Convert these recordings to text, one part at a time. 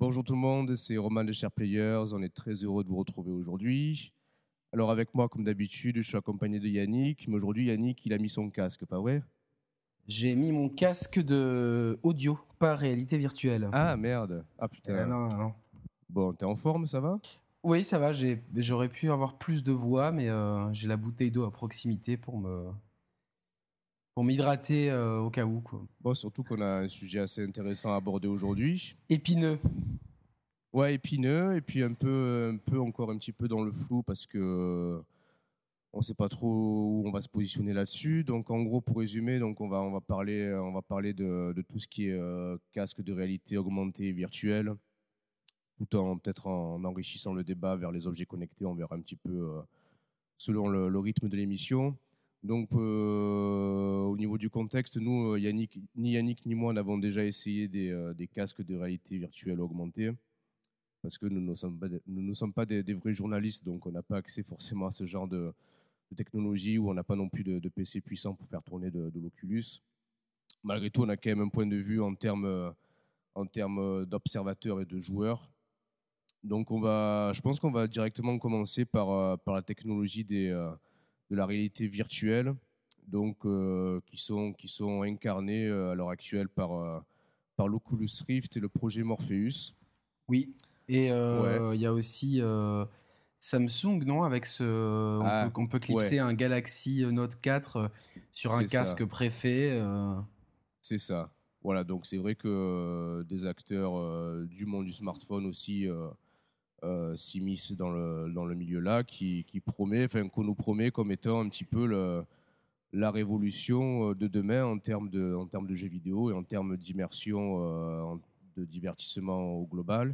Bonjour tout le monde, c'est Roman de Share Players. On est très heureux de vous retrouver aujourd'hui. Alors avec moi, comme d'habitude, je suis accompagné de Yannick. Mais aujourd'hui, Yannick, il a mis son casque, pas vrai? J'ai mis mon casque de audio, pas réalité virtuelle. Ah merde. Ah putain. Non, non. Bon, t'es en forme, ça va? Oui, ça va, j'aurais pu avoir plus de voix, mais j'ai la bouteille d'eau à proximité pour m'hydrater au cas où, quoi. Bon, surtout qu'on a un sujet assez intéressant à aborder aujourd'hui. Épineux. Ouais, épineux, et puis un peu encore un petit peu dans le flou parce que on ne sait pas trop où on va se positionner là-dessus. Donc en gros, pour résumer, donc on va parler de tout ce qui est casque de réalité augmentée et virtuelle, tout en peut-être en enrichissant le débat vers les objets connectés. On verra un petit peu selon le rythme de l'émission. Donc au niveau du contexte, nous, ni Yannick ni moi n'avons déjà essayé des casques de réalité virtuelle augmentée parce que nous ne sommes pas des vrais journalistes, donc on n'a pas accès forcément à ce genre de technologie où on n'a pas non plus de PC puissant pour faire tourner de l'Oculus. Malgré tout, on a quand même un point de vue en termes d'observateurs et de joueurs. Donc je pense qu'on va directement commencer par la technologie de la réalité virtuelle, donc qui sont incarnées à l'heure actuelle par l'Oculus Rift et le projet Morpheus. Oui. Et Ouais. il y a aussi Samsung, non? Avec Ah, on peut ouais, clipser un Galaxy Note 4 sur un c'est ça. casque préfet. C'est ça. Voilà, donc c'est vrai que des acteurs du monde du smartphone aussi s'immiscent dans le milieu-là, qu'on nous promet comme étant un petit peu la révolution de demain en termes de jeux vidéo et en termes d'immersion, de divertissement au global.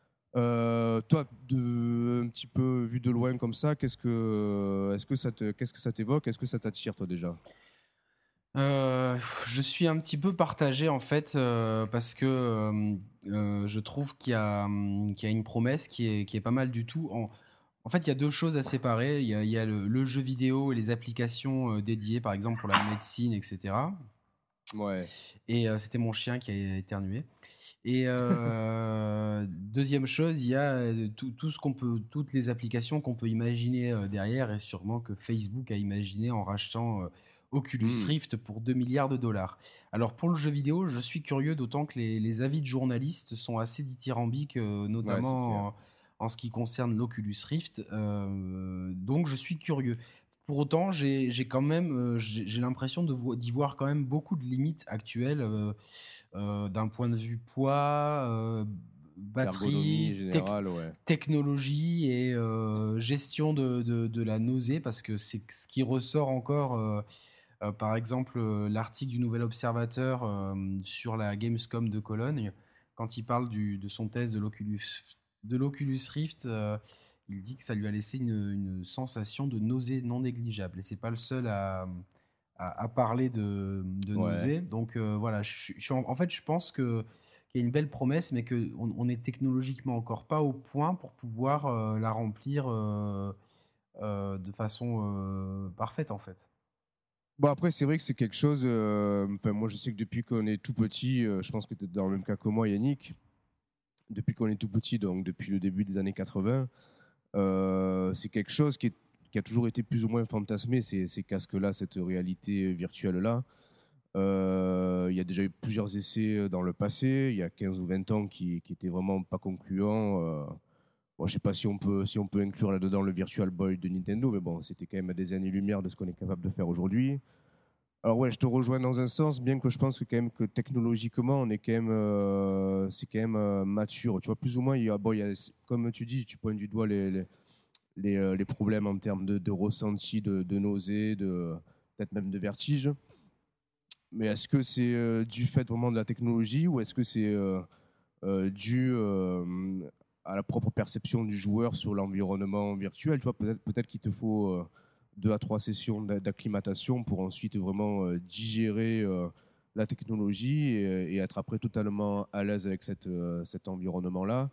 Toi, un petit peu vu de loin comme ça, qu'est-ce que ça t'évoque? Est-ce que ça t'attire, toi, déjà? Je suis un petit peu partagé en fait parce que je trouve qu'il y a une promesse qui est pas mal du tout. En fait, il y a deux choses à séparer. Il y a le jeu vidéo et les applications dédiées, par exemple pour la médecine, etc. Ouais, Et c'était mon chien qui a éternué. Et deuxième chose, il y a toutes les applications qu'on peut imaginer derrière, et sûrement que Facebook a imaginé en rachetant Oculus hmm. Rift pour 2 milliards de dollars. Alors pour le jeu vidéo, je suis curieux, d'autant que les avis de journalistes sont assez dithyrambiques, Ouais, c'est clair. notamment en ce qui concerne l'Oculus Rift. Donc je suis curieux. Pour autant, j'ai quand même j'ai l'impression d'y voir quand même beaucoup de limites actuelles. D'un point de vue poids, Ergonomie batterie, générale, ouais. technologie et gestion de la nausée, parce que c'est ce qui ressort encore. Par exemple, l'article du Nouvel Observateur sur la Gamescom de Cologne, quand il parle de son test de l'Oculus Rift, il dit que ça lui a laissé une sensation de nausée non négligeable. Et c'est pas le seul à parler de Ouais. nausée. Donc voilà, en fait, je pense qu'il y a une belle promesse, mais qu'on est technologiquement encore pas au point pour pouvoir la remplir de façon parfaite, en fait. Bon, après, c'est vrai que c'est quelque chose. Enfin, moi, je sais que depuis qu'on est tout petit, je pense que tu es dans le même cas que moi, Yannick. Depuis qu'on est tout petit, donc depuis le début des années 80, c'est quelque chose qui a toujours été plus ou moins fantasmé, ces casques-là, cette réalité virtuelle-là. Il y a déjà eu plusieurs essais dans le passé, il y a 15 ou 20 ans, qui étaient vraiment pas concluants. Bon, je sais pas si on peut inclure là-dedans le Virtual Boy de Nintendo, mais bon, c'était quand même à des années-lumière de ce qu'on est capable de faire aujourd'hui. Alors ouais, je te rejoins dans un sens, bien que je pense que quand même que technologiquement, on est quand même, c'est quand même mature. Tu vois, plus ou moins, comme tu dis, tu pointes du doigt les problèmes en termes de ressenti, de nausée, peut-être même de vertige. Mais est-ce que c'est du fait vraiment de la technologie ou est-ce que c'est dû à la propre perception du joueur sur l'environnement virtuel? Tu vois, peut-être qu'il te faut 2 à 3 sessions d'acclimatation pour ensuite vraiment digérer la technologie et être après totalement à l'aise avec cet environnement-là.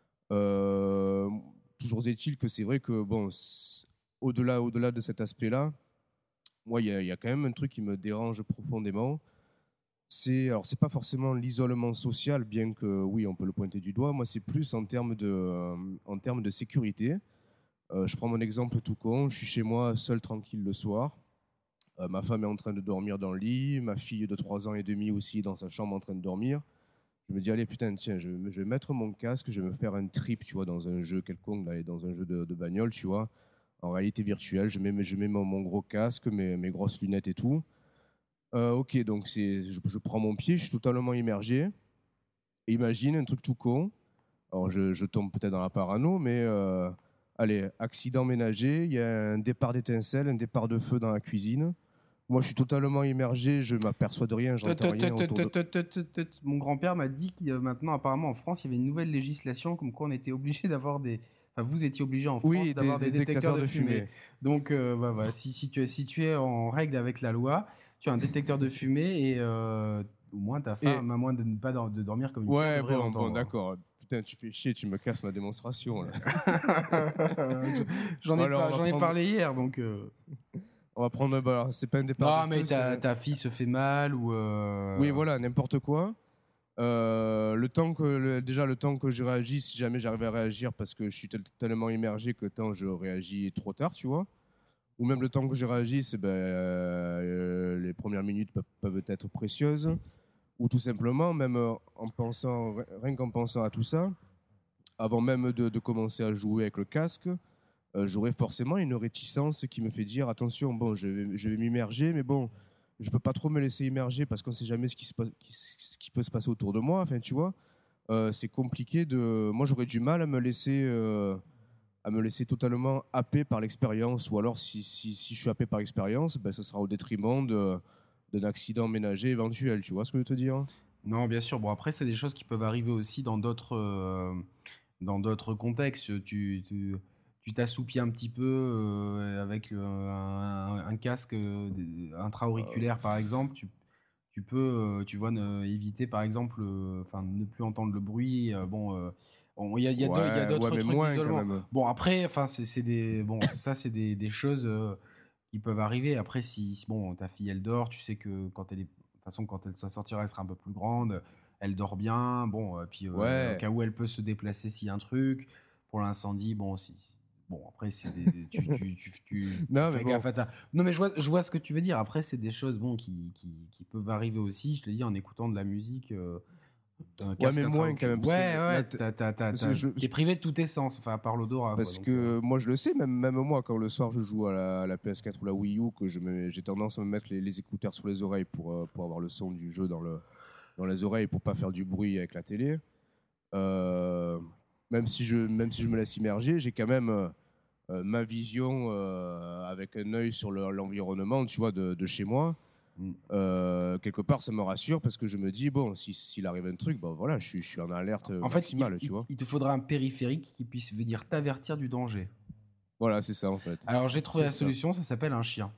Euh, Toujours est-il que c'est vrai que, bon, au-delà de cet aspect-là, moi, il y a quand même un truc qui me dérange profondément. c'est pas forcément l'isolement social, bien que oui, on peut le pointer du doigt. Moi, c'est plus en termes de sécurité. Je prends mon exemple tout con. Je suis chez moi, seul, tranquille le soir. Ma femme est en train de dormir dans le lit. Ma fille de 3 ans et demi aussi dans sa chambre en train de dormir. Je me dis, allez, putain, tiens, je vais mettre mon casque, je vais me faire un trip, tu vois, dans un jeu quelconque, là, dans un jeu de bagnole, tu vois, en réalité virtuelle. Je mets mon gros casque, mes grosses lunettes et tout. Ok, donc je prends mon pied, je suis totalement immergé. Et imagine un truc tout con. Alors, je tombe peut-être dans la parano, mais allez, accident ménager, il y a un départ d'étincelle, un départ de feu dans la cuisine. Moi, je suis totalement immergé, je m'aperçois de rien, j'entends rien autour de. Mon grand-père m'a dit que maintenant, apparemment, en France, il y avait une nouvelle législation comme quoi on était obligé d'avoir des. Enfin, vous étiez obligé en France Oui, d'avoir des des détecteurs détecteurs de de fumée. fumée. Donc, si tu es en règle avec la loi, tu as un détecteur de fumée et au moins ta Et femme, à moins de ne pas de dormir comme une pierre, ouais, devrait bon, l'entendre. d'accord. Putain, tu fais chier, tu me casses ma démonstration là. Alors, J'en ai parlé hier, donc. on va prendre, bah, alors, c'est pas un départ de Non, mais feu, c'est ta fille se fait mal ou. oui, voilà, n'importe quoi. Déjà le temps que je réagisse, si jamais j'arrive à réagir, parce que je suis tellement immergé que tant je réagis trop tard, tu vois. Ou même le temps que je réagisse, ben, les premières minutes peuvent être précieuses. Ou tout simplement, même rien qu'en pensant à tout ça, avant même de commencer à jouer avec le casque, j'aurais forcément une réticence qui me fait dire attention, bon, je vais m'immerger, mais bon, je peux pas trop me laisser immerger parce qu'on sait jamais ce qui peut se passer autour de moi. Enfin, tu vois, c'est compliqué de. Moi, j'aurais du mal à me laisser totalement happer par l'expérience. Ou alors, si je suis happé par l'expérience, ben, ça sera au détriment d'un accident ménager éventuel. Tu vois ce que je veux te dire? Non, bien sûr. Bon, après, c'est des choses qui peuvent arriver aussi dans d'autres contextes. Tu t'assoupis un petit peu avec un casque intra-auriculaire, par exemple. Tu peux, tu vois, éviter, par exemple, enfin, ne plus entendre le bruit. Il y a Ouais, ouais, d'autres mais trucs moins quand d'isolement. même. Bon, après, enfin, c'est des choses qui peuvent arriver. Après, bon, ta fille, elle dort, tu sais que de toute façon, quand elle sortira, elle sera un peu plus grande. Elle dort bien. Bon, puis au Ouais. cas où elle peut se déplacer s'il y a un truc. Pour l'incendie, bon, si. Bon, après, tu Non, mais fais bon. gaffe à ta. Non, mais je vois ce que tu veux dire. Après, c'est des choses bon, qui peuvent arriver aussi, je te dis, en écoutant de la musique, un Ouais, casque mais moins quand même, parce que Ouais, là, ouais, parce que t'es privé de tout essence, enfin, à part l'odorat, quoi. parce Donc, que moi je le sais, même moi, quand le soir je joue à la PS4 ou la Wii U, que j'ai tendance à me mettre les écouteurs sur les oreilles pour avoir le son du jeu dans les oreilles pour pas faire du bruit avec la télé. Euh, même si je me laisse immerger, j'ai quand même ma vision avec un œil sur l'environnement, tu vois, de chez moi. mm. Quelque part, ça me rassure parce que je me dis, bon, s'il arrive un truc, bon, voilà, je suis en alerte En fait, maximale, tu vois. il te faudra un périphérique qui puisse venir t'avertir du danger. Voilà, c'est ça en fait. Alors, j'ai trouvé C'est la ça. solution, ça s'appelle un chien.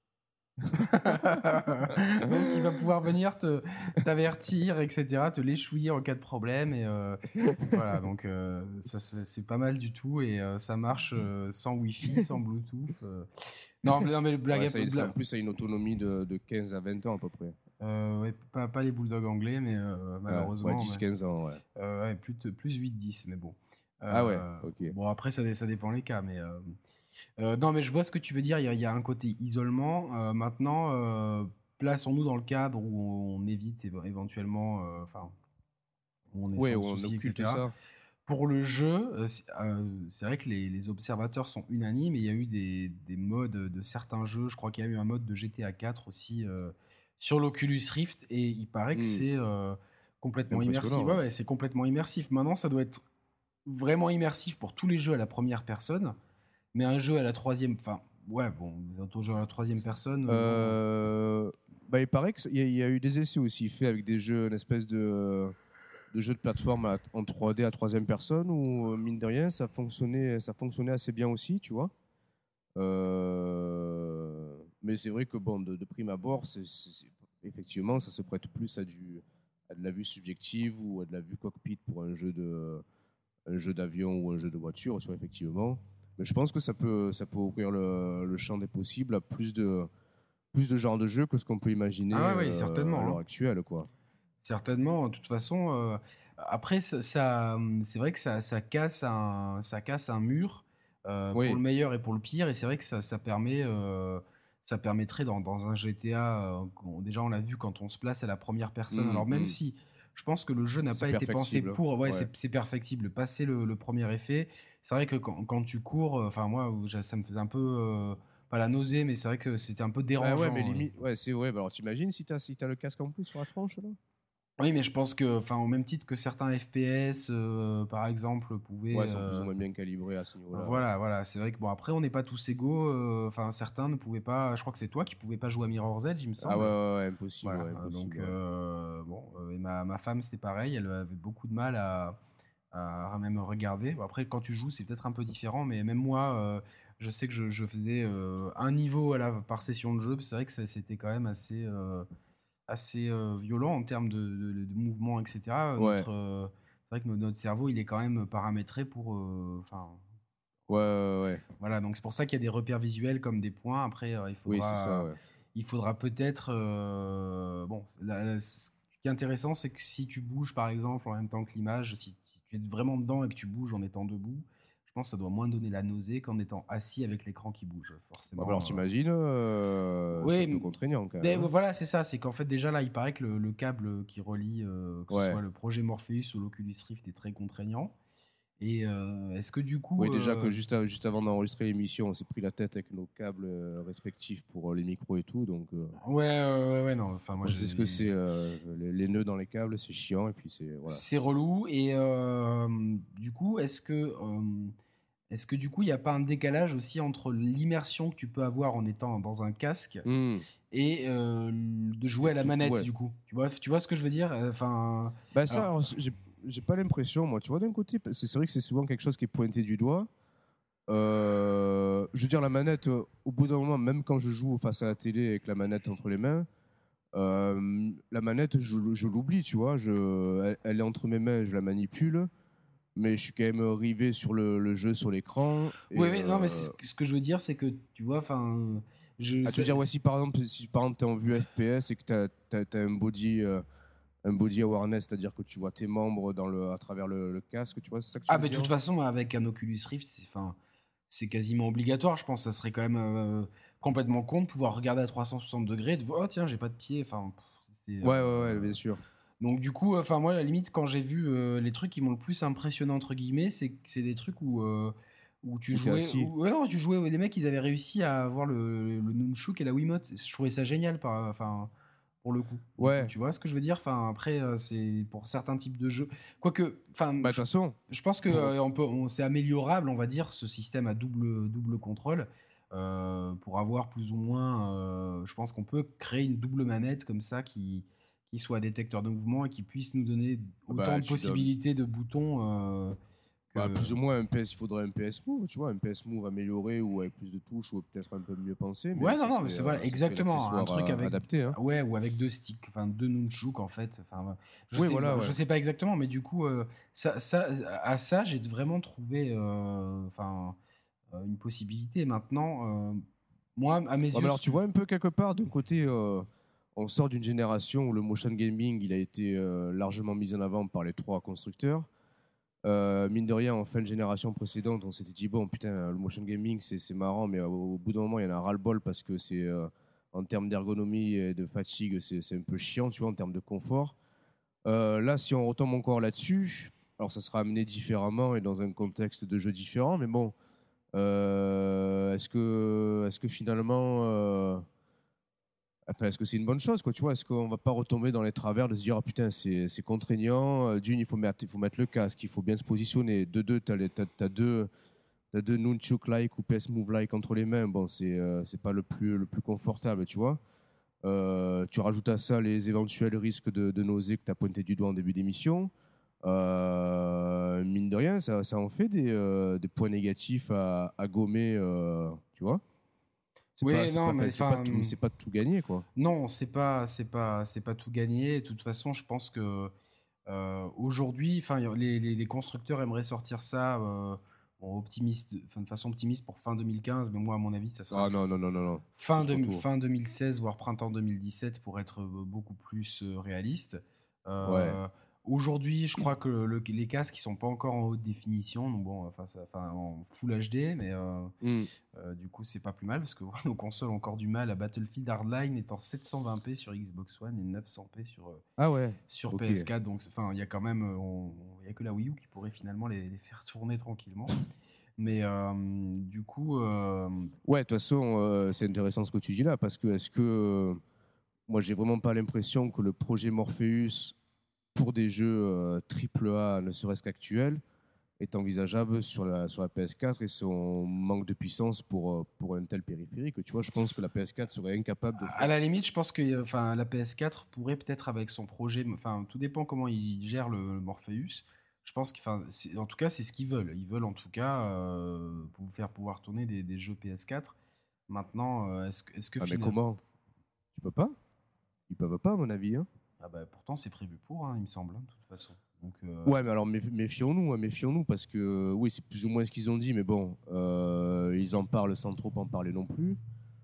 Donc il va pouvoir venir t'avertir, etc., te l'échouiller en cas de problème. Et voilà, donc ça c'est pas mal du tout. Et ça marche sans Wi-Fi, sans Bluetooth. Non, mais Ouais, en plus, ça a une autonomie de 15 à 20 ans à peu près. Ouais, pas les bulldogs anglais, mais Ouais, malheureusement, 10-15 ans, ouais. ouais, plus 8-10, mais bon. Ah ouais, ok. Bon, après, ça dépend les cas, mais non, mais je vois ce que tu veux dire. Il y a un côté isolement. Maintenant, plaçons-nous dans le cadre où on évite éventuellement, enfin, où on est Ouais, sans on souci, occulte etc. ça. Pour le jeu, c'est vrai que les observateurs sont unanimes. Et il y a eu des modes de certains jeux. Je crois qu'il y a eu un mode de GTA 4 aussi sur l'Oculus Rift. Et il paraît que Hmm, c'est complètement immersif. impressionnant, Ouais, ouais. ouais, c'est complètement immersif. Maintenant, ça doit être vraiment immersif pour tous les jeux à la première personne. Mais un jeu à la troisième, enfin, ouais, bon, un jeu à la troisième personne, bon. Euh, Bah, il paraît qu'il y a eu des essais aussi faits avec des jeux, une espèce de jeu de plateforme en 3D à troisième personne où, mine de rien, ça fonctionnait assez bien aussi, tu vois. Mais c'est vrai que, bon, de prime abord, effectivement, ça se prête plus à de la vue subjective ou à de la vue cockpit pour un jeu d'avion ou un jeu de voiture, tu vois, effectivement. Mais je pense que ça peut ouvrir le champ des possibles à plus de genre de jeu que ce qu'on peut imaginer Ah ouais, à certainement, l'heure hein. actuelle, quoi. Certainement. De toute façon, après c'est vrai que ça casse un mur, pour Oui, le meilleur et pour le pire et c'est vrai que ça permettrait dans un GTA, qu'on déjà on l'a vu quand on se place à la première personne. Alors même mm. si je pense que le jeu n'a C'est pas été pensé perfectible, hein. pour ouais, Ouais. c'est perfectible. Passer le 1er effet, c'est vrai que quand tu cours, enfin moi, ça me faisait un peu, pas la nausée, mais c'est vrai que c'était un peu Bah ouais, mais dérangeant, ouais. limite, ouais, c'est ouais. Bah alors t'imagines si t'as le casque en plus sur la tronche là? Oui, mais je pense que, enfin, au même titre que certains FPS, par exemple, Ouais, pouvaient, ils sont plus ou moins bien calibrés à ce niveau-là. Ouais. voilà, voilà, c'est vrai que bon, après, on n'est pas tous égaux. Enfin, certains ne pouvaient pas. Je crois que c'est toi qui pouvais pas jouer à Mirror's Edge, il me Ah ouais, semble. ouais, ouais, impossible, Voilà. ouais, Donc impossible. Ouais. bon, et ma femme, c'était pareil. Elle avait beaucoup de mal à même regarder. Bon, après, quand tu joues, c'est peut-être un peu différent, mais même moi, je sais que je faisais un niveau par session de jeu. C'est vrai que c'était quand même assez violent en termes de mouvement, etc. Ouais, C'est vrai que notre cerveau, il est quand même paramétré pour. Enfin, ouais, ouais, ouais. voilà, donc c'est pour ça qu'il y a des repères visuels comme des points. Après, Oui, c'est ça, ouais. il faudra peut-être. Bon, ce qui est intéressant, c'est que si tu bouges, par exemple, en même temps que l'image, si tu es vraiment dedans et que tu bouges en étant debout, je pense que ça doit moins donner la nausée qu'en étant assis avec l'écran qui bouge, Ouais, bah alors forcément. t'imagines, c'est un peu Oui, contraignant quand même, mais hein. voilà, c'est ça. C'est qu'en fait, déjà là, il paraît que le câble qui relie, que ce Ouais. soit le projet Morpheus ou l'Oculus Rift, est très contraignant. Et est-ce que du coup, Oui, déjà que juste avant d'enregistrer l'émission, on s'est pris la tête avec nos câbles respectifs pour les micros et tout, donc ouais, ouais, non. Enfin, moi, on sait ce que c'est, les nœuds dans les câbles, c'est chiant, et puis voilà. c'est relou. Et du coup, est-ce que du coup, il n'y a pas un décalage aussi entre l'immersion que tu peux avoir en étant dans un casque Hmm. et de jouer à la manette, Ouais. du coup? Tu vois ce que je veux dire? Enfin, Bah ça, alors, alors, j'ai pas l'impression, moi, tu vois, d'un côté, parce que c'est vrai que c'est souvent quelque chose qui est pointé du doigt. Je veux dire, la manette, au bout d'un moment, même quand je joue face à la télé avec la manette entre les mains, la manette, je l'oublie, tu vois. Elle est entre mes mains, je la manipule, mais je suis quand même rivé sur le jeu, sur l'écran. oui, Et oui, non, mais ce que je veux dire, c'est que tu vois, enfin, à te dire, ouais, si par exemple, t'es en vue FPS et que t'as un body awareness, c'est-à-dire que tu vois tes membres à travers le casque, tu vois, c'est ça que tu ah, veux mais de toute dire? façon, avec un Oculus Rift, enfin, c'est quasiment obligatoire. Je pense que ça serait quand même complètement con de pouvoir regarder à 360 degrés et de voir, oh tiens, j'ai pas de pied. Enfin, c'est, Ouais, ouais, ouais, bien sûr. donc du coup, enfin moi, à la limite, quand j'ai vu les trucs qui m'ont le plus impressionné entre guillemets, c'est des trucs où tu Où t'es jouais, assis. ouais, non, tu jouais, les mecs, ils avaient réussi à avoir le nunchuk et la Wiimote. Je trouvais ça génial, enfin, pour le coup. Du coup, Ouais, tu vois ce que je veux dire? Enfin, après, c'est pour certains types de jeux. Quoique, enfin, bah de toute façon, je pense que pour... c'est améliorable, on va dire, ce système à double contrôle. Pour avoir plus ou moins, je pense qu'on peut créer une double manette comme ça qui soit détecteur de mouvement et qui puisse nous donner autant Bah, de possibilités de boutons bah, que. plus ou moins il faudrait un PS Move, tu vois, un PS Move amélioré ou avec plus de touches ou peut-être un peu mieux pensé, mais Ouais, non, non, mais c'est vrai, ça serait exactement. Un l'accessoire truc avec. adapté, hein. Ouais, ou avec deux sticks, enfin deux nunchuk en fait. Enfin, Oui, voilà, je ouais. sais pas exactement, mais du coup, à ça, j'ai vraiment trouvé enfin, une possibilité. Maintenant, moi, à mes Ouais, mais yeux, alors tu vois un peu quelque part, d'un côté, on sort d'une génération où le motion gaming il a été largement mis en avant par les trois constructeurs. Mine de rien, en fin de génération précédente, on s'était dit bon putain, le motion gaming c'est marrant, mais au bout d'un moment il y en a ras-le-bol parce que c'est en termes d'ergonomie et de fatigue, c'est un peu chiant, tu vois, en termes de confort. Là, si on retombe encore là-dessus, alors ça sera amené différemment et dans un contexte de jeu différent, mais bon, est-ce que finalement, enfin, est-ce que c'est une bonne chose, quoi, tu vois? Est-ce qu'on va pas retomber dans les travers de se dire, ah putain, c'est contraignant. D'une, il faut mettre le casque, il faut bien se positionner. De deux, t'as deux nunchuk-like ou PS Move-like entre les mains. Bon, c'est pas le plus confortable, tu vois. Tu rajoutes à ça les éventuels risques de nausée que tu as pointé du doigt en début d'émission. Mine de rien, ça en fait des points négatifs à gommer, tu vois. oui, non, mais enfin, C'est pas tout gagné, quoi. non, c'est pas tout gagné. De toute façon, je pense que aujourd'hui, enfin, les constructeurs aimeraient sortir ça. de façon optimiste pour fin 2015, mais moi, à mon avis, ça sera Ah non, non, non, non, non. fin 2016, voire printemps 2017 pour être beaucoup plus réaliste. Ouais. Euh, Aujourd'hui, je crois que les casques, ils sont pas encore en haute définition, donc bon, en Full HD, mais Hmm. du coup, c'est pas plus mal parce que nos consoles ont encore du mal. À Battlefield Hardline est en 720p sur Xbox One et 900p Ah ouais. sur Ok. PS4. Donc, il y a quand même, il y a que la Wii U qui pourrait finalement les faire tourner tranquillement. Mais du coup, Ouais, de toute façon, c'est intéressant ce que tu dis là, parce que est-ce que moi, j'ai vraiment pas l'impression que le projet Morpheus pour des jeux triple A, ne serait-ce qu'actuels, est envisageable sur la PS4 et son manque de puissance pour un tel périphérique. Tu vois, je pense que la PS4 serait incapable de à faire. la limite, je pense que la PS4 pourrait peut-être avec son projet, tout dépend comment ils gèrent le Morpheus. Je pense en tout cas, c'est ce qu'ils veulent. Ils veulent en tout cas pour faire pouvoir tourner des jeux PS4. Maintenant, est-ce que Ah, mais finalement. comment? Tu peux pas? Ils peuvent pas, à mon avis. Hein. Ah bah, pourtant, c'est prévu pour, hein, il me semble, hein, de toute façon. Donc, Ouais, mais alors méfions-nous, hein, méfions-nous, parce que oui, c'est plus ou moins ce qu'ils ont dit, mais bon, ils en parlent sans trop en parler non plus.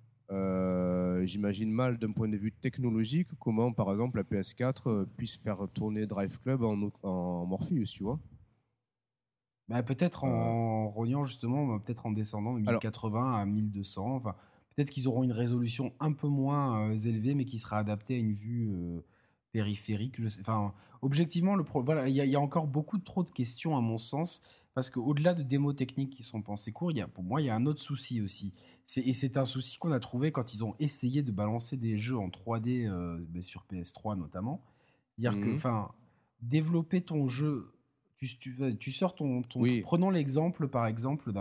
J'imagine mal d'un point de vue technologique comment, par exemple, la PS4 puisse faire tourner Drive Club en Morpheus, tu vois. bah, peut-être Euh, en rognant justement, peut-être en descendant de alors, 1080 à 1200. Enfin, peut-être qu'ils auront une résolution un peu moins élevée, mais qui sera adaptée à une vue périphérique. Enfin, objectivement, voilà, il y a encore beaucoup trop de questions à mon sens, parce qu'au-delà de démos techniques qui sont pensées court, pour moi, il y a un autre souci aussi. Et c'est un souci qu'on a trouvé quand ils ont essayé de balancer des jeux en 3D sur PS3 notamment. C'est-à-dire que, mhm, développer ton jeu, tu sors oui, prenons l'exemple, par exemple,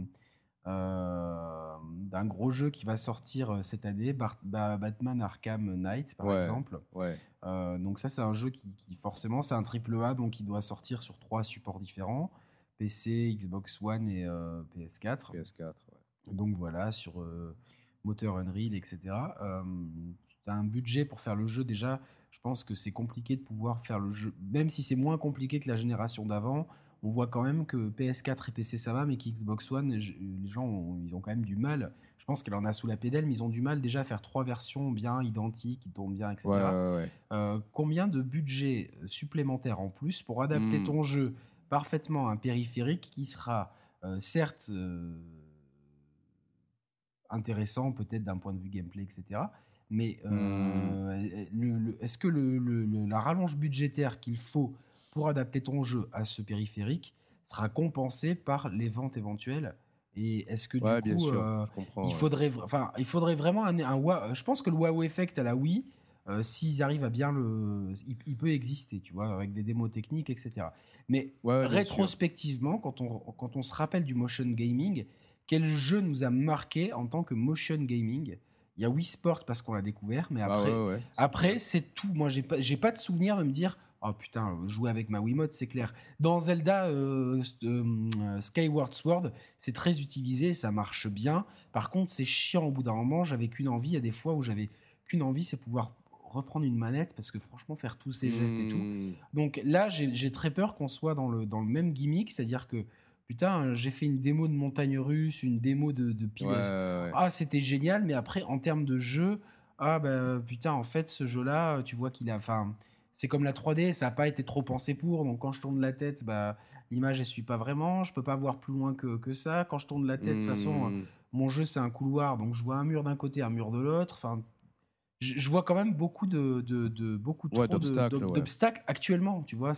d'un gros jeu qui va sortir cette année, Batman Arkham Knight, par ouais, exemple. ouais, Donc ça, c'est un jeu qui forcément, c'est un triple A, donc il doit sortir sur 3 supports différents, PC, Xbox One et PS4. PS4, ouais. Donc voilà, sur moteur Unreal, etc. Tu as un budget pour faire le jeu déjà. Je pense que c'est compliqué de pouvoir faire le jeu, même si c'est moins compliqué que la génération d'avant. On voit quand même que PS4 et PC ça va, mais qu'Xbox One, les gens ils ont quand même du mal. Je pense qu'elle en a sous la pédale, mais ils ont du mal déjà à faire 3 versions bien identiques, qui tournent bien, Ouais, etc. ouais, ouais. Combien de budget supplémentaire en plus pour adapter Hmm. ton jeu parfaitement à un périphérique qui sera certes intéressant peut-être d'un point de vue gameplay, etc. Mais Hmm. est-ce que la rallonge budgétaire qu'il faut pour adapter ton jeu à ce périphérique sera compensée par les ventes éventuelles? Et est-ce que du Ouais, bien coup, sûr, je comprends. Ouais. il faudrait vraiment je pense que le wow effect à la Wii, s'ils arrivent à bien il peut exister, tu vois, avec des démos techniques, etc. Mais Ouais, ouais, bien sûr. rétrospectivement, quand on se rappelle du motion gaming, quel jeu nous a marqué en tant que motion gaming? Il y a Wii Sport parce qu'on l'a découvert, mais Bah ouais, ouais, c'est clair. après c'est tout. Moi, j'ai pas de souvenir de me dire, oh putain, jouer avec ma Wiimote, c'est clair. Dans Zelda Skyward Sword, c'est très utilisé, ça marche bien. Par contre, c'est chiant au bout d'un moment. J'avais qu'une envie. Il y a des fois où j'avais qu'une envie, c'est pouvoir reprendre une manette parce que franchement, faire tous ces gestes et tout. Hmm. Donc là, j'ai très peur qu'on soit dans le même gimmick, c'est-à-dire que putain, j'ai fait une démo de montagne russe, une démo de Ouais, pile. ouais, ouais. Ah, c'était génial, mais après, en termes de jeu, ah bah putain, en fait, ce jeu-là, tu vois qu'il a. Enfin, c'est comme la 3D, ça n'a pas été trop pensé pour. Donc quand je tourne la tête, bah l'image elle suit pas vraiment. Je peux pas voir plus loin que ça. Quand je tourne la tête, de toute façon, Hmm. mon jeu c'est un couloir, donc je vois un mur d'un côté, un mur de l'autre. Enfin, je vois quand même beaucoup beaucoup Ouais, trop d'obstacles, ouais. d'obstacles actuellement. Tu vois,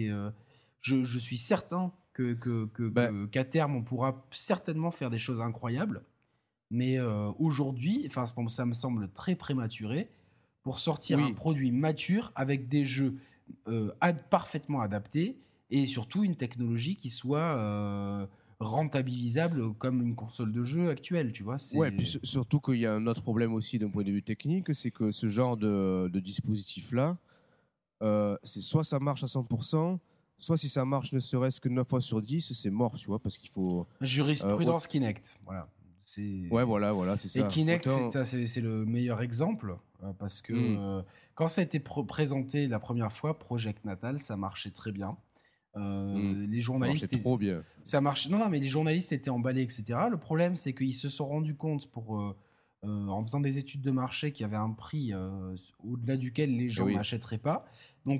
je suis certain Ben, qu'à terme on pourra certainement faire des choses incroyables, mais aujourd'hui, enfin ça me semble très prématuré pour sortir un oui. produit mature avec des jeux parfaitement adaptés et surtout une technologie qui soit rentabilisable comme une console de jeu actuelle. Tu vois, Ouais, puis c'est surtout qu'il y a un autre problème aussi d'un point de vue technique, c'est que ce genre de dispositif-là, c'est soit ça marche à 100%, soit si ça marche ne serait-ce que 9 fois sur 10, c'est mort, tu vois, parce qu'il faut... au- jurisprudence Kinect. Voilà. Ouais, C'est voilà, voilà, c'est Et ça. Kinect, Autant... c'est le meilleur exemple parce que Hmm. quand ça a été présenté la première fois, Project Natal, ça marchait très bien. Les Ça journalistes marchait trop bien. ça marche. Non, non, mais les journalistes étaient emballés, etc. Le problème, c'est qu'ils se sont rendus compte en faisant des études de marché qu'il y avait un prix au-delà duquel les Et gens oui. n'achèteraient pas. Donc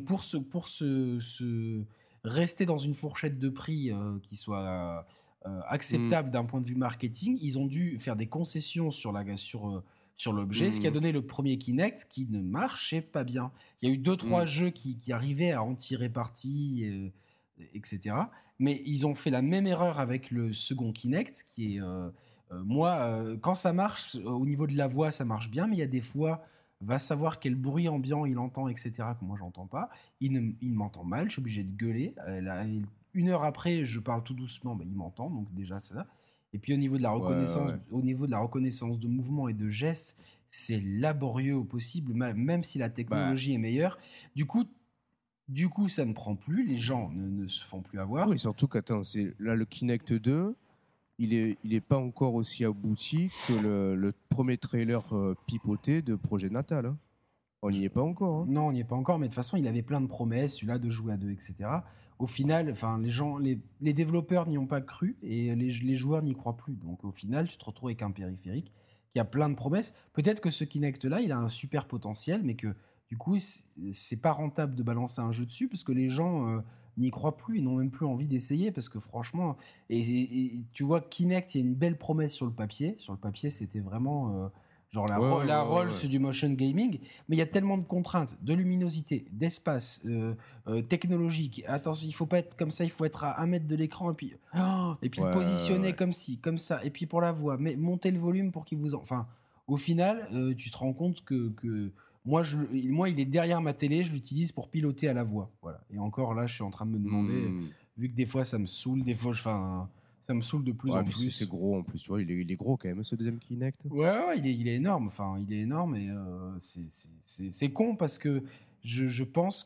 rester dans une fourchette de prix qui soit Mm, acceptable d'un point de vue marketing, ils ont dû faire des concessions sur l'objet, ce qui a mm, donné le premier Kinect qui ne marchait pas bien. Il y a eu deux trois mm. jeux qui arrivaient à en tirer parti, etc. Mais ils ont fait la même erreur avec le second Kinect, qui est quand ça marche au niveau de la voix, ça marche bien, mais il y a des fois, va savoir quel bruit ambiant il entend, etc. que moi j'entends pas. Il m'entend mal, je suis obligé de gueuler. Une heure après, je parle tout doucement, il m'entend, donc déjà c'est ça. Et puis Ouais, ouais, ouais. au niveau de la reconnaissance de mouvement et de gestes, c'est laborieux au possible, même si la Bah, technologie est meilleure. Du coup, ça ne prend plus, les gens ne se font plus avoir. oui, surtout qu'attends, là le Kinect 2, il est pas encore aussi abouti que le premier trailer pipoté de Projet Natal, hein. On n'y est pas encore, hein. Non, on n'y est pas encore, mais de toute façon, il avait plein de promesses, celui-là de jouer à deux, etc. Au final, enfin, les développeurs n'y ont pas cru et les joueurs n'y croient plus. Donc, au final, tu te retrouves avec un périphérique qui a plein de promesses. Peut-être que ce Kinect-là, il a un super potentiel, mais que du coup, c'est pas rentable de balancer un jeu dessus parce que les gens n'y croient plus, ils n'ont même plus envie d'essayer parce que franchement, et tu vois, Kinect, il y a une belle promesse sur le papier. Sur le papier, c'était vraiment genre Ouais, ouais, la ouais, Rolls ouais. du motion gaming, mais il y a tellement de contraintes, de luminosité, d'espace, technologique. Attention, il faut pas être comme ça, il faut être à 1 mètre de l'écran et puis Ouais, le ouais, positionner ouais. comme ci, comme ça. Et puis pour la voix, mais monter le volume pour qu'il vous Enfin, au final, tu te rends compte que moi, il est derrière ma télé, je l'utilise pour piloter à la voix. Voilà. Et encore là, je suis en train de me demander, Hmm. vu que des fois ça me saoule, des fois, ça me saoule de plus Ouais, en puis c'est plus. gros en plus, tu vois, il est gros quand même ce deuxième Kinect. Ouais, ouais, il est énorme. Enfin, il est énorme et c'est con parce que je pense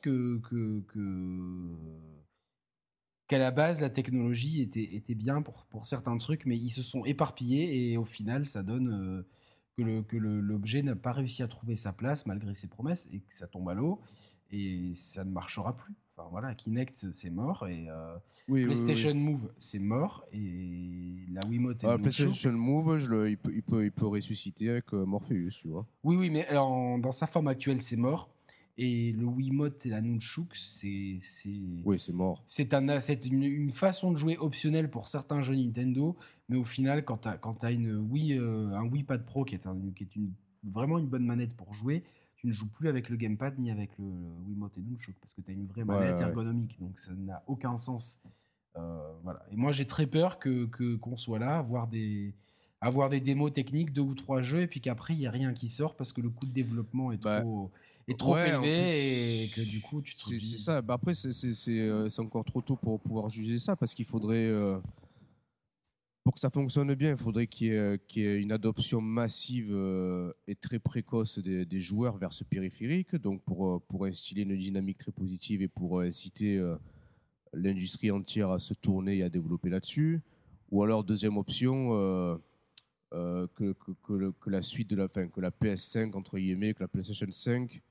qu'à la base, la technologie était bien pour certains trucs, mais ils se sont éparpillés et au final, ça donne l'objet n'a pas réussi à trouver sa place malgré ses promesses et que ça tombe à l'eau et ça ne marchera plus. Enfin voilà, Kinect, c'est mort et Oui, oui, oui. PlayStation Move, c'est mort et la Wiimote et le Nunchuk. PlayStation Move, il peut ressusciter avec Morpheus, tu vois. Oui, oui, mais dans sa forme actuelle, c'est mort. Et le Wiimote et la Nunchuk, Oui, c'est mort. c'est une façon de jouer optionnelle pour certains jeux Nintendo. Mais au final, quand tu as un Wii Pad Pro qui est vraiment une bonne manette pour jouer, tu ne joues plus avec le gamepad ni avec le Wiimote et Nunchuk parce que tu as une vraie Ouais, manette ouais, ouais. ergonomique. Donc ça n'a aucun sens. Voilà. Et moi, j'ai très peur qu'on soit là, avoir des démos techniques, 2 ou 3 jeux, et puis qu'après, il n'y a rien qui sort parce que le coût de développement Bah, est trop ouais, en élevé et que plus, du coup, tu te c'est dis. ça. Bah, après, c'est encore trop tôt pour pouvoir juger ça parce qu'il faudrait, pour que ça fonctionne bien, il faudrait qu'il y ait une adoption massive et très précoce des joueurs vers ce périphérique. Donc, pour instiller une dynamique très positive et pour inciter l'industrie entière à se tourner et à développer là-dessus. Ou alors, deuxième option, que la suite de fin, que la PS5, entre guillemets, que la PlayStation 5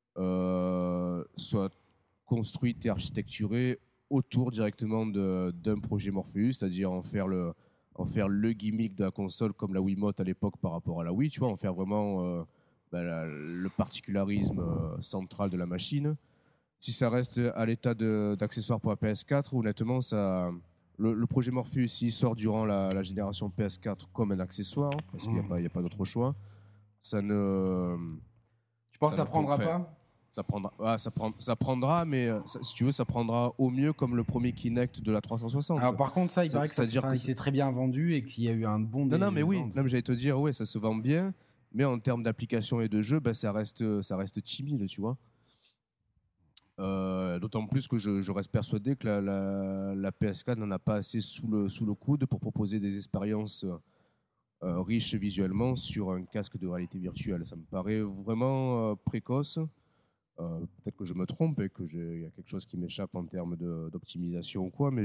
soit construite et architecturée autour directement d'un projet Morpheus, c'est-à-dire en faire le gimmick de la console comme la Wiimote à l'époque par rapport à la Wii, tu vois, en faire vraiment le particularisme central de la machine. Si ça reste à l'état d'accessoire pour la PS4, honnêtement, le projet Morpheus, s'il sort durant la génération PS4 comme un accessoire, parce qu'il n'y a pas d'autre choix, ça ne, Tu penses que ça ça ne prendra enfin, pas? ça prendra, mais si tu veux, ça prendra au mieux comme le premier Kinect de la 360. Alors, par contre, ça, il paraît que C'est-à-dire que il s'est très bien vendu et qu'il y a eu un bon non, non, mais des oui, ventes. non, mais j'allais te dire, ouais, ça se vend bien, mais en termes d'application et de jeu, bah, ça reste timide, tu vois. D'autant plus que je reste persuadé que la PS4 n'en a pas assez sous le coude pour proposer des expériences riches visuellement sur un casque de réalité virtuelle. Ça me paraît vraiment précoce. Peut-être que je me trompe et il y a quelque chose qui m'échappe en termes d'optimisation ou quoi, mais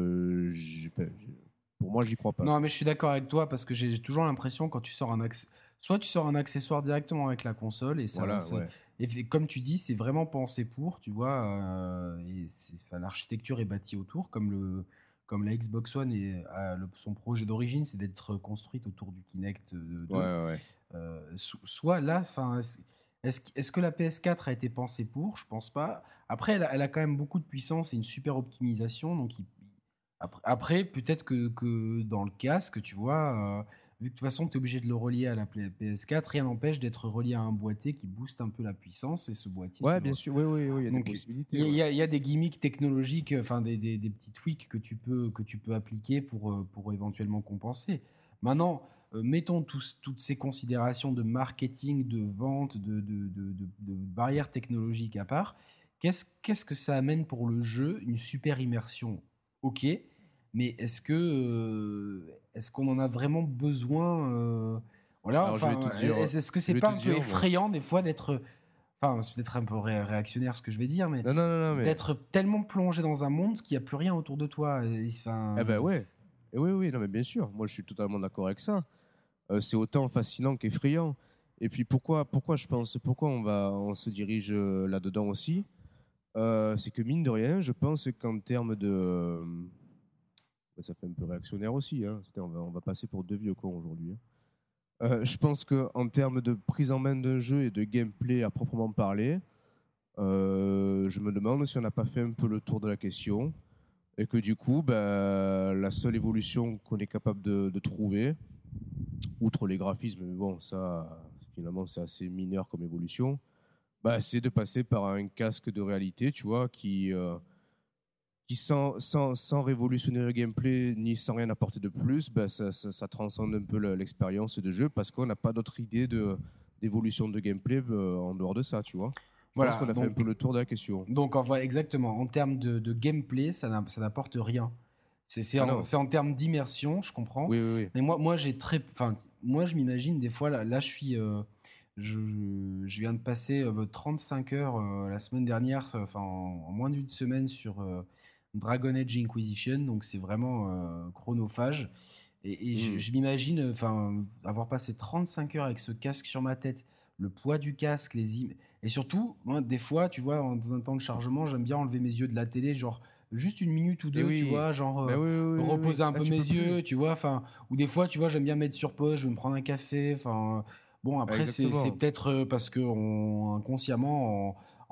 pour moi, j'y crois pas, Non, quoi. mais je suis d'accord avec toi parce que j'ai toujours l'impression quand tu sors Soit tu sors un accessoire directement avec la console et Voilà, ouais. et comme tu dis, c'est vraiment pensé pour, tu vois, l'architecture est bâtie autour, comme la Xbox One son projet d'origine, c'est d'être construite autour du Kinect Ouais, 2. ouais, ouais. Soit là, enfin, est-ce que la PS4 a été pensée pour? Je pense pas. Après, elle a quand même beaucoup de puissance et une super optimisation, donc après, peut-être que dans le casque, tu vois, vu que de toute façon, tu es obligé de le relier à la PS4, rien n'empêche d'être relié à un boîtier qui booste un peu la puissance, et ce boîtier, tu Ouais, le... bien sûr, oui, oui, oui, il y a des Donc, possibilités, ouais. il y a des gimmicks technologiques, enfin des petits tweaks que tu peux appliquer pour éventuellement compenser. Maintenant, mettons toutes ces considérations de marketing, de vente, de barrières technologiques à part. Qu'est-ce que ça amène pour le jeu? Une super immersion, ok, mais est-ce qu'on en a vraiment besoin voilà, Alors, enfin, est-ce que je c'est vais pas te un peu dire, moi. effrayant des fois d'être, enfin, c'est peut-être un peu réactionnaire ce que je vais dire, mais Non, non, non, non, mais. d'être tellement plongé dans un monde qu'il n'y a plus rien autour de toi. Eh ben Enfin, ouais. Et oui, oui, non, mais bien sûr. Moi, je suis totalement d'accord avec ça. C'est autant fascinant qu'effrayant. Et puis, pourquoi on se dirige là-dedans aussi. C'est que mine de rien, je pense qu'en termes de. Ça fait un peu réactionnaire aussi, hein. Putain, on va passer pour deux vieux cons aujourd'hui, hein. Je pense qu'en termes de prise en main d'un jeu et de gameplay à proprement parler, je me demande si on n'a pas fait un peu le tour de la question et que du coup, ben, la seule évolution qu'on est capable de trouver, outre les graphismes, mais bon, ça, finalement, c'est assez mineur comme évolution, bah, c'est de passer par un casque de réalité, tu vois, qui sans révolutionner le gameplay ni sans rien apporter de plus, bah, ça transcende un peu l'expérience de jeu parce qu'on n'a pas d'autre idée d'évolution de gameplay en dehors de ça, tu vois. Je pense voilà, qu'on a fait un peu le tour de la question. voilà, exactement. En termes de gameplay, ça n'apporte rien. Ah non, C'est en termes d'immersion, je comprends. oui, oui, oui. Mais moi, je m'imagine des fois, là je viens de passer 35 heures la semaine dernière, enfin, en moins d'une semaine sur Dragon Age Inquisition, donc c'est vraiment chronophage. Et Hmm. je m'imagine, enfin, avoir passé 35 heures avec ce casque sur ma tête, le poids du casque, et surtout, moi, des fois, tu vois, dans un temps de chargement, j'aime bien enlever mes yeux de la télé, genre juste une minute ou Et deux, tu oui, vois, genre ben oui, oui, oui, oui. reposer un Là, peu tu mes peux plus. yeux, tu vois, enfin, ou des fois, tu vois, j'aime bien mettre sur pause, je vais me prendre un café, enfin, bon, Ah, après, c'est exactement. peut-être parce que inconsciemment,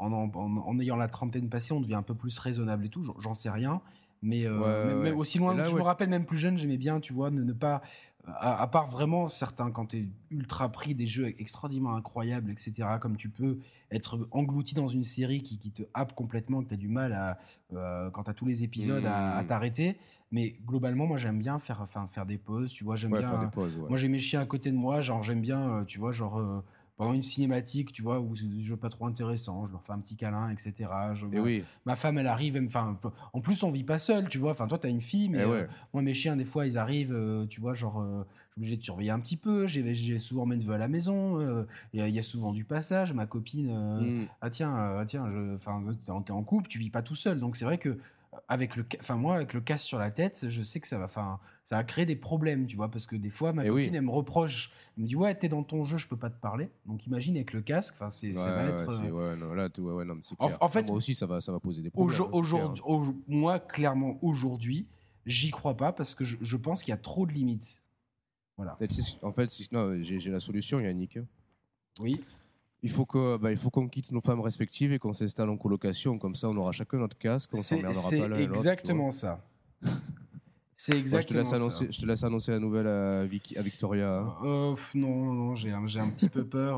en ayant la trentaine passée, on devient un peu plus raisonnable et tout, j'en sais rien. Ouais, ouais, Mais ouais. aussi Mais loin, là, je me ouais. rappelle même plus jeune, j'aimais bien, tu vois, ne pas, à part vraiment certains, quand tu es ultra pris des jeux extraordinairement incroyables, etc., comme tu peux être englouti dans une série qui te happe complètement, que tu as du mal quand tu as tous les épisodes à Hmm. t'arrêter. Mais globalement, moi, j'aime bien faire des pauses, tu vois, j'aime Ouais, faire des bien. pauses, ouais. Moi, j'ai mes chiens à côté de moi, genre, j'aime bien, tu vois, genre. Pendant une cinématique, tu vois, où c'est des jeux pas trop intéressants, je leur fais un petit câlin, etc. Et oui, Ma femme, elle arrive, enfin, en plus, on vit pas seul, tu vois. Enfin, toi, t'as une fille, et mais ouais. moi, mes chiens, des fois, ils arrivent, tu vois, genre, je suis obligé de surveiller un petit peu. J'ai souvent mes neveux à la maison. Il y a souvent du passage. Ma copine, Hmm. ah tiens, enfin, t'es en couple, tu vis pas tout seul. Donc c'est vrai que enfin moi, avec le casque sur la tête, je sais que ça va créer des problèmes, tu vois, parce que des fois, ma Et copine, oui. elle me reproche, elle me dit ouais, t'es dans ton jeu, je peux pas te parler. Donc imagine avec le casque, enfin, Ouais, ça va ouais, être, ouais, non, là, ouais, ouais, non, mais c'est clair. en Non, fait, moi aussi, ça va poser des problèmes, hein, c'est clair, hein. moi, clairement, aujourd'hui, j'y crois pas parce que je pense qu'il y a trop de limites. Voilà. En fait, non, j'ai la solution, Yannick. Oui. Il faut qu'on quitte nos femmes respectives et qu'on s'installe en colocation. Comme ça, on aura chacun notre casque, on s'emmerdera pas C'est l'un et l'autre, tu vois. exactement ça. C'est Bon, exactement ça. je te laisse annoncer la nouvelle à Victoria, hein. Non, non, non, j'ai un petit peu peur.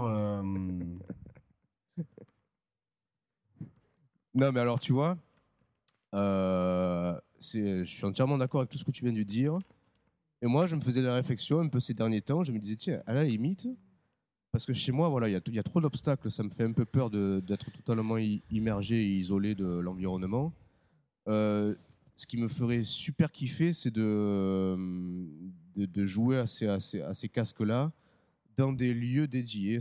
Non, mais alors, tu vois, je suis entièrement d'accord avec tout ce que tu viens de dire. Et moi, je me faisais la réflexion un peu ces derniers temps. Je me disais, tiens, à la limite, parce que chez moi, voilà, il y a trop d'obstacles. Ça me fait un peu peur d'être totalement immergé et isolé de l'environnement. Euh, Ce qui me ferait super kiffer, c'est de jouer à ces casques-là dans des lieux dédiés.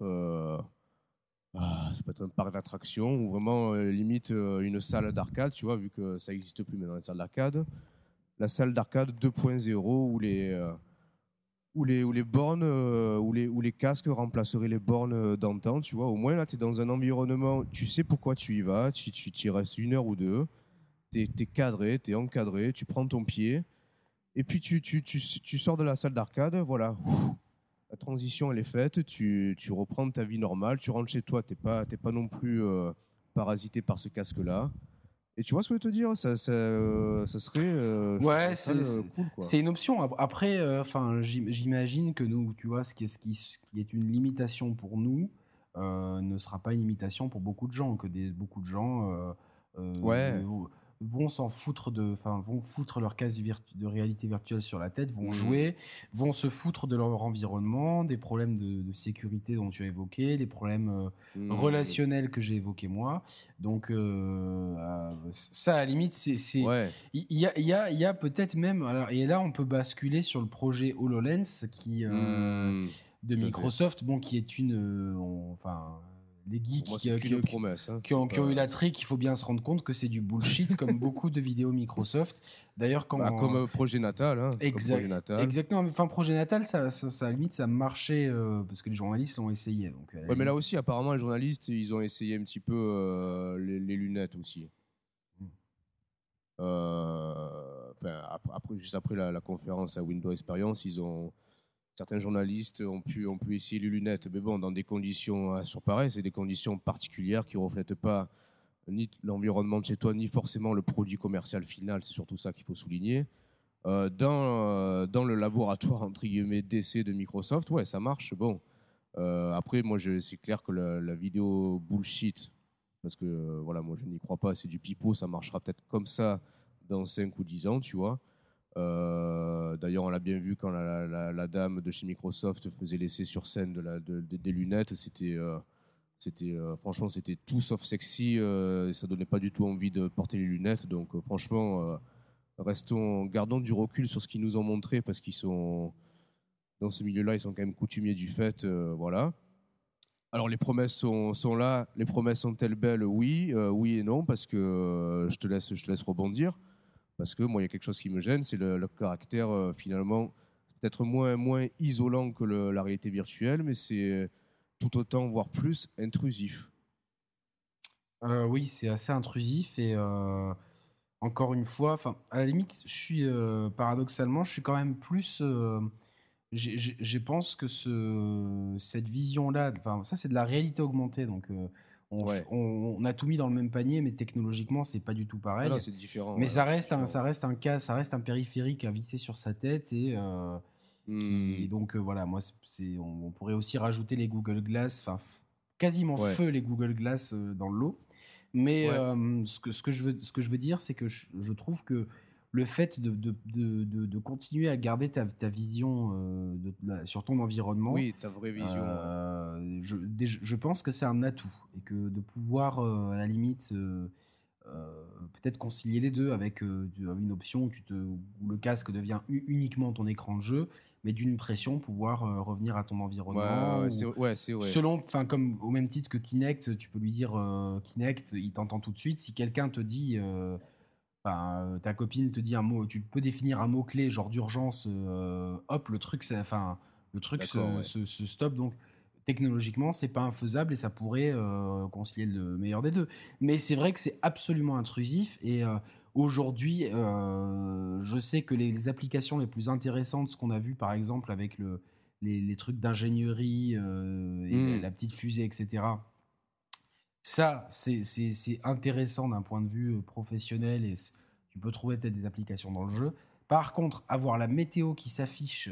Ça peut être un parc d'attractions ou vraiment limite une salle d'arcade, tu vois, vu que ça n'existe plus maintenant, les salles d'arcade. La salle d'arcade 2.0 où où les bornes, où les casques remplaceraient les bornes d'antan, tu vois. Au moins, là, tu es dans un environnement, tu sais pourquoi tu y vas, tu y restes 1 heure ou 2, tu es cadré, tu es encadré, tu prends ton pied, et puis tu sors de la salle d'arcade, voilà. La transition, elle est faite, tu reprends ta vie normale, tu rentres chez toi, t'es pas non plus parasité par ce casque-là. Et tu vois ce que je veux te dire, ça serait, je Ouais, trouverais ça cool, quoi. c'est une option. Après, enfin, j'imagine que nous, tu vois, ce qui est une limitation pour nous ne sera pas une limitation pour beaucoup de gens, que beaucoup de gens Ouais. vont s'en foutre enfin, vont foutre leur casque de réalité virtuelle sur la tête, vont Hmm. jouer, vont se foutre de leur environnement, des problèmes de sécurité dont tu as évoqué, des problèmes Hmm. relationnels que j'ai évoqués moi. Donc, ça, à la limite, Ouais. il y a peut-être même, alors, et là on peut basculer sur le projet HoloLens Hmm. de Tout à fait. Microsoft, bon, qui est enfin, les Pour geeks moi, c'est qu'une promesse, hein. C'est qui ont eu pas. la trique, il faut bien se rendre compte que c'est du bullshit, comme beaucoup de vidéos Microsoft. D'ailleurs, Bah, comme quand. projet natal, hein. Comme projet natal. Exactement, enfin, projet natal, à la limite, ça marchait parce que les journalistes ont essayé. Donc, à la Ouais, mais là limite. aussi, apparemment, les journalistes, ils ont essayé un petit peu les lunettes aussi. Enfin, après, juste après la conférence à Windows Experience, certains journalistes ont pu essayer les lunettes. Mais bon, dans des conditions sur pareil, c'est des conditions particulières qui ne reflètent pas ni l'environnement de chez toi, ni forcément le produit commercial final. C'est surtout ça qu'il faut souligner. Dans le laboratoire entre guillemets d'essai de Microsoft, ouais, ça marche. Bon, après, moi, c'est clair que la vidéo bullshit, parce que voilà, moi, je n'y crois pas, c'est du pipeau, ça marchera peut-être comme ça dans 5 ou 10 ans, tu vois. D'ailleurs, on l'a bien vu quand la dame de chez Microsoft faisait l'essai sur scène des lunettes. Franchement, c'était tout sauf sexy. Ça donnait pas du tout envie de porter les lunettes. Donc, franchement, gardons du recul sur ce qu'ils nous ont montré parce qu'ils sont dans ce milieu-là, ils sont quand même coutumiers du fait. Voilà. Alors les promesses sont là, les promesses sont-elles belles? Oui, oui et non, parce que je te laisse rebondir, parce que moi il y a quelque chose qui me gêne, c'est le caractère finalement peut-être moins isolant que la réalité virtuelle, mais c'est tout autant, voire plus, intrusif. Oui, c'est assez intrusif et encore une fois, enfin, à la limite, paradoxalement, je suis quand même plus. Je pense que cette vision-là, enfin, ça c'est de la réalité augmentée, donc Ouais. on a tout mis dans le même panier, mais technologiquement c'est pas du tout Ah non, pareil. c'est différent, Mais ouais, non, c'est différent. ça reste un périphérique à visser sur sa tête et Hmm. donc voilà, moi on pourrait aussi rajouter les Google Glass, enfin quasiment Ouais, feu les Google Glass dans le lot. Mais ouais. ce que je veux dire, c'est que je trouve que le fait de continuer à garder ta vision sur ton environnement, Oui, ta vraie vision, ouais. je pense que c'est un atout et que de pouvoir, à la limite, peut-être concilier les deux avec une option où le casque devient uniquement ton écran de jeu, mais d'une pression pouvoir revenir à ton environnement Ouais, ou c'est vrai. selon, enfin comme au même titre que Kinect, tu peux lui dire Kinect, il t'entend tout de suite. Si quelqu'un te dit, ta copine te dit un mot, tu peux définir un mot clé genre d'urgence, hop, le truc D'accord, ouais. se stoppe. Donc technologiquement, c'est pas infaisable et ça pourrait concilier le meilleur des deux. Mais c'est vrai que c'est absolument intrusif et aujourd'hui, je sais que les applications les plus intéressantes, ce qu'on a vu par exemple avec les trucs d'ingénierie et Hmm. la petite fusée, etc. Ça, c'est intéressant d'un point de vue professionnel et tu peux trouver peut-être des applications dans le jeu. Par contre, avoir la météo qui s'affiche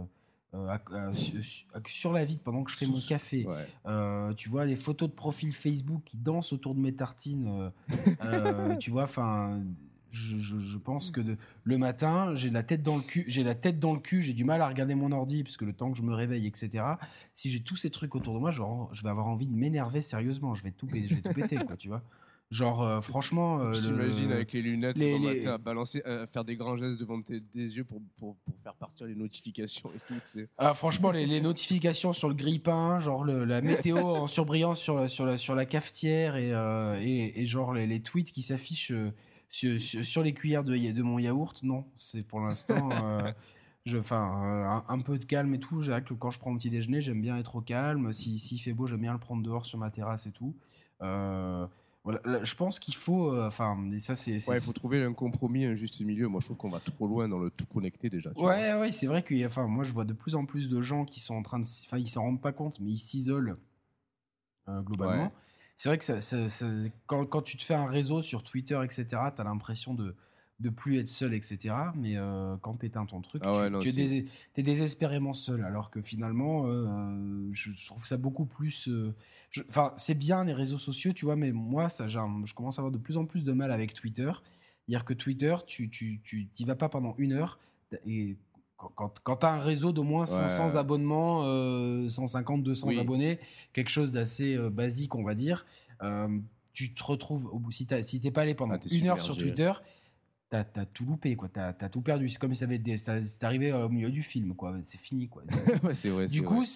sur la vitre pendant que je fais mon café, Ouais. tu vois les photos de profil Facebook qui dansent autour de mes tartines, tu vois, enfin, je pense que le matin, j'ai la tête dans le cul, j'ai du mal à regarder mon ordi parce que le temps que je me réveille, etc. Si j'ai tous ces trucs autour de moi, genre, je vais avoir envie de m'énerver sérieusement. Je vais tout péter, quoi, tu vois. Genre, franchement, Et puis j'imagine avec les lunettes le matin à les... balancer, à faire des grands gestes devant des yeux pour faire partir les notifications et tout, tu sais. Ah, franchement, les notifications sur le grille-pain, genre la météo en surbrillance sur la cafetière et genre les tweets qui s'affichent sur les cuillères de mon yaourt, non, c'est pour l'instant. Un peu de calme et tout. Je dirais que quand je prends mon petit déjeuner, j'aime bien être au calme. S'il fait beau, j'aime bien le prendre dehors sur ma terrasse et tout. Euh, voilà, là, je pense qu'il faut. Et ça, Ouais, il faut trouver un compromis, un juste milieu. Moi, je trouve qu'on va trop loin dans le tout connecté déjà, tu vois. Ouais, ouais, c'est vrai que moi, je vois de plus en plus de gens qui sont en train de. Enfin, ils s'en rendent pas compte, mais ils s'isolent Ouais. globalement. C'est vrai que quand tu te fais un réseau sur Twitter, etc., tu as l'impression de plus être seul, etc. Mais quand tu éteins ton truc, Ah ouais, non, c'est. t'es désespérément seul. Alors que finalement, je trouve ça beaucoup plus. Enfin, c'est bien les réseaux sociaux, tu vois, mais moi, je commence à avoir de plus en plus de mal avec Twitter. C'est-à-dire que Twitter, tu t'y vas pas pendant 1 heure. Et quand tu as un réseau d'au moins 500 Ouais. abonnements, 150, 200 Oui. abonnés, quelque chose d'assez basique, on va dire, tu te retrouves, si t'es pas allé Ah, pendant t'es 1 heure sur submergé. Twitter, t'as tout loupé, quoi. T'as tout perdu. C'est comme si c'était arrivé au milieu du film, quoi. C'est fini, quoi. Ouais, c'est vrai, Du c'est coup, vrai.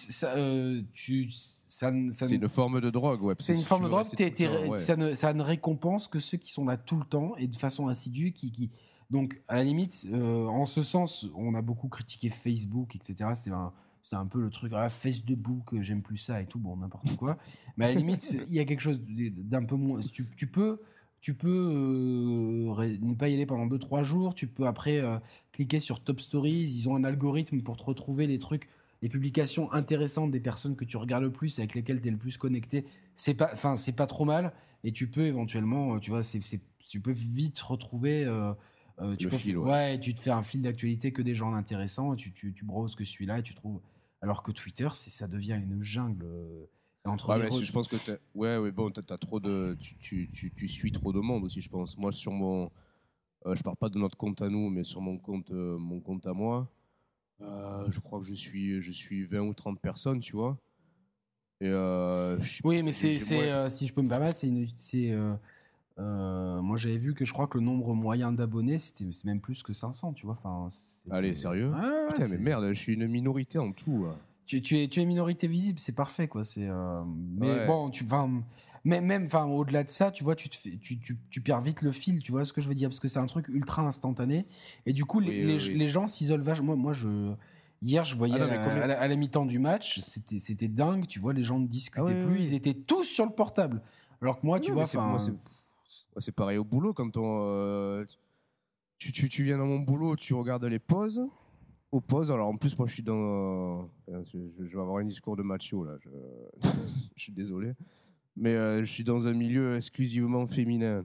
C'est une forme de drogue, ouais, parce que c'est une si tu forme de veux drogue. rester tout le temps, ouais. Ça ne récompense que ceux qui sont là tout le temps et de façon assidue. Donc, à la limite, en ce sens, on a beaucoup critiqué Facebook, etc. C'est un peu le truc, Facebook, j'aime plus ça et tout, bon, n'importe quoi. Mais à la limite, il y a quelque chose d'un peu moins. Tu peux ne pas y aller pendant 2 3 jours. Tu peux après cliquer sur Top Stories. Ils ont un algorithme pour te retrouver les publications intéressantes des personnes que tu regardes le plus, avec lesquelles tu es le plus connecté. C'est pas trop mal. Et tu peux éventuellement, tu vois, tu peux vite retrouver. Le fil, ouais. Ouais, tu te fais un fil d'actualité que des gens intéressants. Et tu browses que celui-là et tu trouves. Alors que Twitter, ça devient une jungle entre Ouais, les. mais je pense que ouais, ouais, bon, t'as trop de. Tu suis trop de monde aussi, je pense. Moi, sur mon. Je parle pas de notre compte à nous, mais sur mon compte à moi, je crois que je suis 20 ou 30 personnes, tu vois. Et Oui, mais moi, si je peux me permettre, moi j'avais vu que je crois que le nombre moyen d'abonnés, c'est même plus que 500, tu vois. Enfin, allez, sérieux? Ouais, ouais, Putain, mais merde, je suis une minorité en tout, là. tu es minorité visible, c'est parfait, quoi. Mais Ouais. bon, au-delà de ça, tu vois, tu perds vite le fil, tu vois ce que je veux dire, parce que c'est un truc ultra instantané. Et du coup, Oui, oui, oui. les gens s'isolent vachement. Hier, je Ah voyais non, mais combien. à la mi-temps du match, c'était dingue, tu vois, les gens ne Ah discutaient oui, plus, oui, ils oui. étaient tous sur le portable. Alors que moi, tu Non, mais vois, moi, c'est pareil au boulot quand tu viens dans mon boulot, tu regardes les pauses. Aux pauses, alors en plus, moi je suis dans. Je vais avoir un discours de macho là, je suis désolé. Mais je suis dans un milieu exclusivement féminin.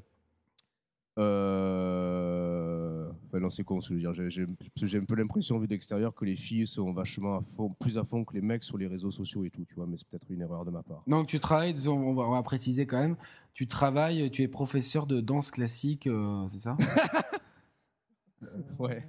Enfin, non, c'est con ce que je veux dire. J'ai un peu l'impression, vu d'extérieur, que les filles sont vachement à fond, plus à fond que les mecs sur les réseaux sociaux et tout, tu vois, mais c'est peut-être une erreur de ma part. donc tu travailles, disons, on va préciser quand même, tu es professeur de danse classique, c'est ça? Ouais.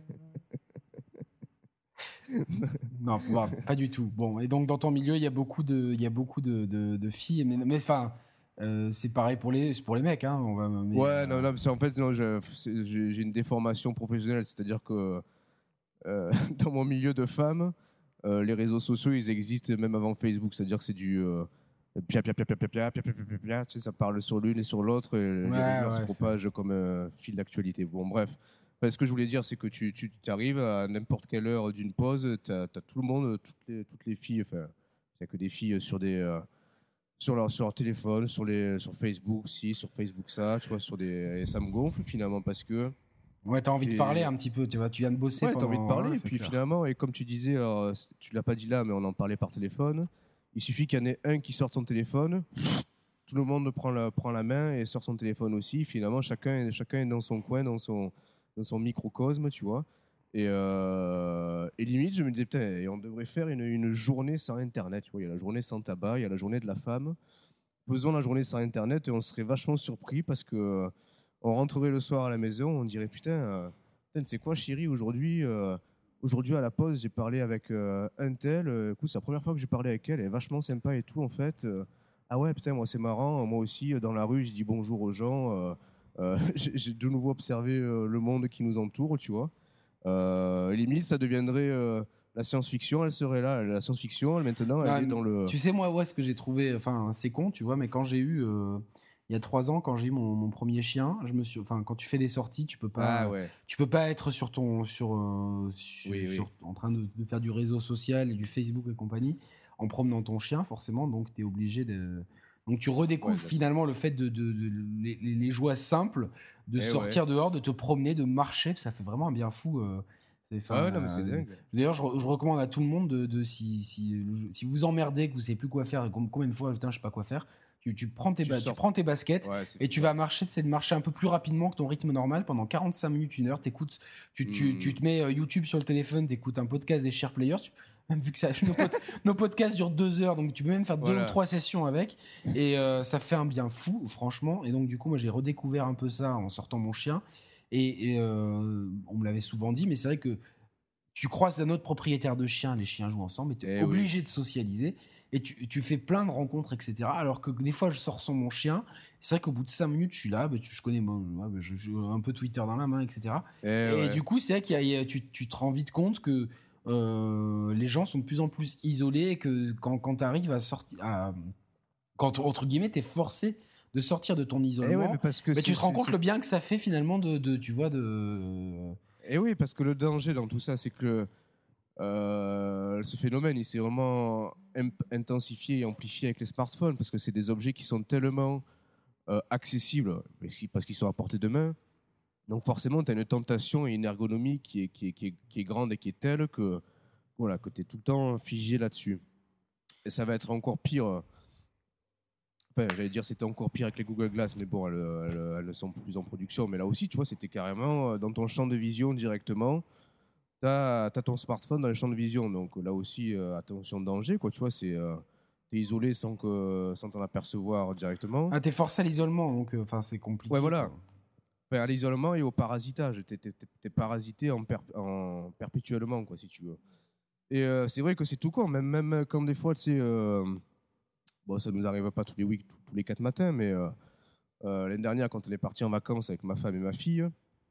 Non, pas du tout. Bon, et donc dans ton milieu, il y a beaucoup de filles, mais enfin, c'est pareil c'est pour les mecs, hein. Ouais, non, non, en fait, non, j'ai une déformation professionnelle, c'est-à-dire que dans mon milieu de femmes, les réseaux sociaux, ils existent même avant Facebook. C'est-à-dire que c'est du pia, pia, pia, pia, pia, pia, pia, pia, pia, pia, pia, tu sais, ça parle sur l'une et sur l'autre et les Ouais, rumeurs se ouais, propagent comme un fil d'actualité. Bon, bref. Enfin, ce que je voulais dire, c'est que tu arrives à n'importe quelle heure d'une pause, tu as tout le monde, toutes les filles, enfin, il n'y a que des filles sur leur téléphone, sur Facebook, sur Facebook ça, tu vois, et ça me gonfle finalement parce que ouais, t'as envie de parler t'es un petit peu, tu vois, tu viens de bosser Ouais, t'as envie de pendant, ouais, parler. Et c'est puis clair. finalement, et comme tu disais, tu l'as pas dit là, mais on en parlait par téléphone. Il suffit qu'il y en ait un qui sorte son téléphone, tout le monde prend la main et sort son téléphone aussi. Finalement, chacun est dans son coin, dans son microcosme, tu vois. Et limite, je me disais, putain, et on devrait faire une journée sans Internet. Tu vois, il y a la journée sans tabac, il y a la journée de la femme. Faisons la journée sans Internet et on serait vachement surpris parce que on rentrerait le soir à la maison, on dirait putain, c'est quoi chérie aujourd'hui à la pause j'ai parlé avec un tel, écoute c'est la première fois que j'ai parlé avec elle, elle est vachement sympa et tout en fait. Ah ouais putain moi c'est marrant, moi aussi dans la rue je dis bonjour aux gens, j'ai de nouveau observé le monde qui nous entoure tu vois. Limite ça deviendrait la science-fiction, elle serait là, la science-fiction, elle, maintenant elle est Non, dans le. tu sais, moi, où est-ce que j'ai trouvé, enfin, c'est con, tu vois, mais quand j'ai eu, il y a 3 ans, quand j'ai eu mon premier chien, quand tu fais des sorties, Ah ouais. tu peux pas être Oui. en train de faire du réseau social et du Facebook et compagnie en promenant ton chien, forcément. Donc, tu es obligé de. Donc, tu Ouais, redécouvres bien sûr. finalement le fait les joies simples de Eh ouais. sortir dehors, de te promener, de marcher. Ça fait vraiment un bien fou. Ouais, non, mais c'est dingue. D'ailleurs, je recommande à tout le monde si vous emmerdez, que vous savez plus quoi faire, et combien de fois, putain, je sais pas quoi faire, tu Tu tu sors. prends tes baskets Ouais, c'est et fou, tu ouais. vas marcher, c'est de marcher un peu plus rapidement que ton rythme normal pendant 45 minutes, 1 heure. T'écoutes, tu Hmm. te mets YouTube sur le téléphone, t'écoutes un podcast des Share Players. Même vu que nos podcasts durent 2 heures, donc tu peux même faire 2 ou 3 sessions avec. Et ça fait un bien fou, franchement. Et donc, du coup, moi, j'ai redécouvert un peu ça en sortant mon chien. On me l'avait souvent dit, mais c'est vrai que tu croises un autre propriétaire de chien, les chiens jouent ensemble, et tu es Eh oui. obligé de socialiser. Et tu fais plein de rencontres, etc. Alors que des fois, je sors sans mon chien. C'est vrai qu'au bout de 5 minutes, je suis là, je connais j'ai un peu Twitter dans la main, etc. Eh Et ouais. du coup, c'est vrai tu te rends vite compte que les gens sont de plus en plus isolés et que quand tu arrives à sortir, quand entre guillemets, tu es forcé de sortir de ton Eh ouais, isolement, mais parce que tu te rends compte le bien que ça fait finalement tu vois, Eh oui, parce que le danger dans tout ça, c'est que ce phénomène, il s'est vraiment intensifié et amplifié avec les smartphones, parce que c'est des objets qui sont tellement accessibles, parce qu'ils sont à portée de main. Donc forcément, tu as une tentation et une ergonomie qui est grande et qui est telle que, voilà, que tu es tout le temps figé là-dessus. Et ça va être encore pire. Enfin, j'allais dire c'était encore pire avec les Google Glass, mais bon, elles ne sont plus en production. Mais là aussi, tu vois, c'était carrément dans ton champ de vision directement. T'as ton smartphone dans le champ de vision, donc là aussi, attention danger, quoi. Tu vois, t'es isolé sans t'en apercevoir directement. t'es forcé à l'isolement, donc c'est Ouais, compliqué, voilà. quoi. Enfin, à l'isolement et au parasitage. T'es parasité perpétuellement, quoi, si tu veux. Et c'est vrai que c'est tout con, même quand des fois, tu sais, bon, ça nous arrive pas tous les week, tous les 4 matins, mais l'année dernière, quand on est parti en vacances avec ma femme et ma fille,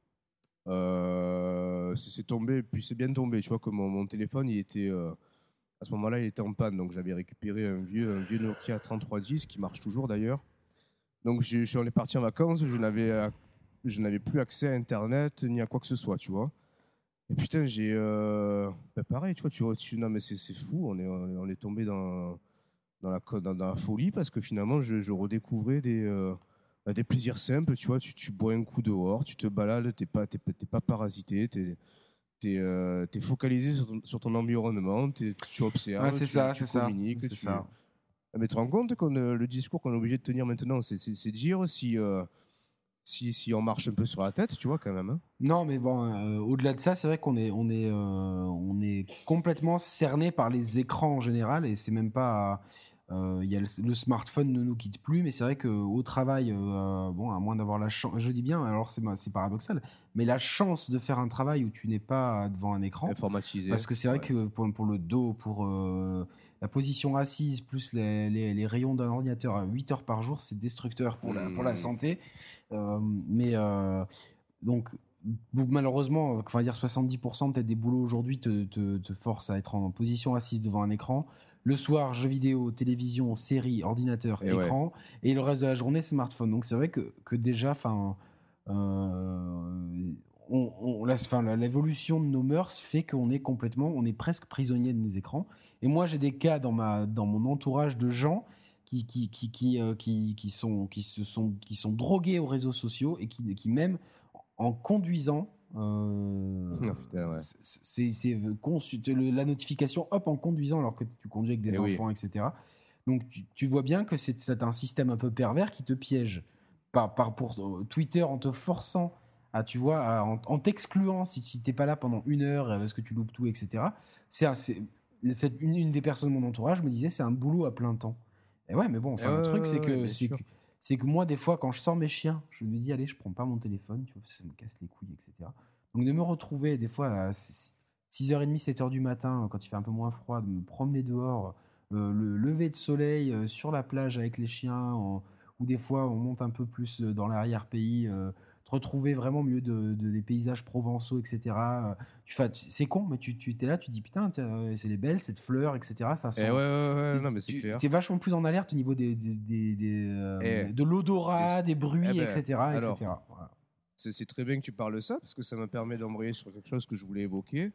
c'est tombé, puis c'est bien tombé. Tu vois que mon téléphone, il était à ce moment-là, il était en panne, donc j'avais récupéré un vieux Nokia 3310 qui marche toujours d'ailleurs. Donc on est parti en vacances, je n'avais plus accès à Internet ni à quoi que ce soit, tu vois. Et putain, pareil, tu vois, non mais c'est fou, on est tombé dans la folie parce que finalement, je redécouvrais des plaisirs simples, tu vois. Tu bois un coup dehors, tu te balades, t'es pas parasité, t'es focalisé sur ton environnement, tu Ouais, observes, c'est tu, ça, tu c'est ça, communiques, c'est ça. Mais tu te rends compte que le discours qu'on est obligé de tenir maintenant, c'est de dire si on marche un peu sur la tête, tu vois, quand même. Hein. Non, mais bon, au-delà de ça, c'est vrai on est complètement cerné par les écrans en général, et c'est même pas. Il y a le smartphone ne nous quitte plus, mais c'est vrai qu'au travail, bon, à moins d'avoir la chance, je dis bien, alors c'est paradoxal, mais la chance de faire un travail où tu n'es pas devant un écran, Informatisé, parce que c'est vrai ouais. que pour le dos, pour la position assise, plus les rayons d'un ordinateur à 8 heures par jour, c'est destructeur pour la santé. Mais donc, malheureusement, on va dire 70% peut-être des boulots aujourd'hui te forcent à être en position assise devant un écran. Le soir, jeux vidéo, télévision, séries, ordinateur, Et ouais. écran. Et le reste de la journée, smartphone. Donc c'est vrai que déjà, l'évolution de nos mœurs fait on est presque prisonnier de nos écrans. Et moi, j'ai des cas dans mon entourage de gens qui sont drogués aux réseaux sociaux et qui même en conduisant, Oh, putain, ouais. la notification hop en conduisant alors que tu conduis avec des Et oui. enfants, etc. Donc tu vois bien que c'est un système un peu pervers qui te piège. Pour Twitter en te forçant à, tu vois, en t'excluant si t'es pas là pendant 1 heure parce que tu loupes tout, etc. Une des personnes de mon entourage me disait c'est un boulot à plein temps. Et ouais, mais bon, Et enfin, ouais, le truc, ouais, ouais, bien sûr. c'est que moi, des fois, quand je sors mes chiens, je me dis, allez, je prends pas mon téléphone, tu vois, ça me casse les couilles, etc. Donc, de me retrouver, des fois, à 6h30, 7h du matin, quand il fait un peu moins froid, de me promener dehors, le lever de soleil sur la plage avec les chiens, ou des fois, on monte un peu plus dans l'arrière-pays, te retrouver vraiment au milieu des paysages provençaux, etc. C'est con, mais tu es là, tu dis, putain, c'est les belles, cette fleur, etc. Ça Et sent. ouais, ouais, ouais, non, mais c'est clair. Tu es vachement plus en alerte au niveau Et de l'odorat, des bruits, ben, etc. alors, etc. Voilà. c'est très bien que tu parles de ça, parce que ça me permet d'embrayer sur quelque chose que je voulais évoquer.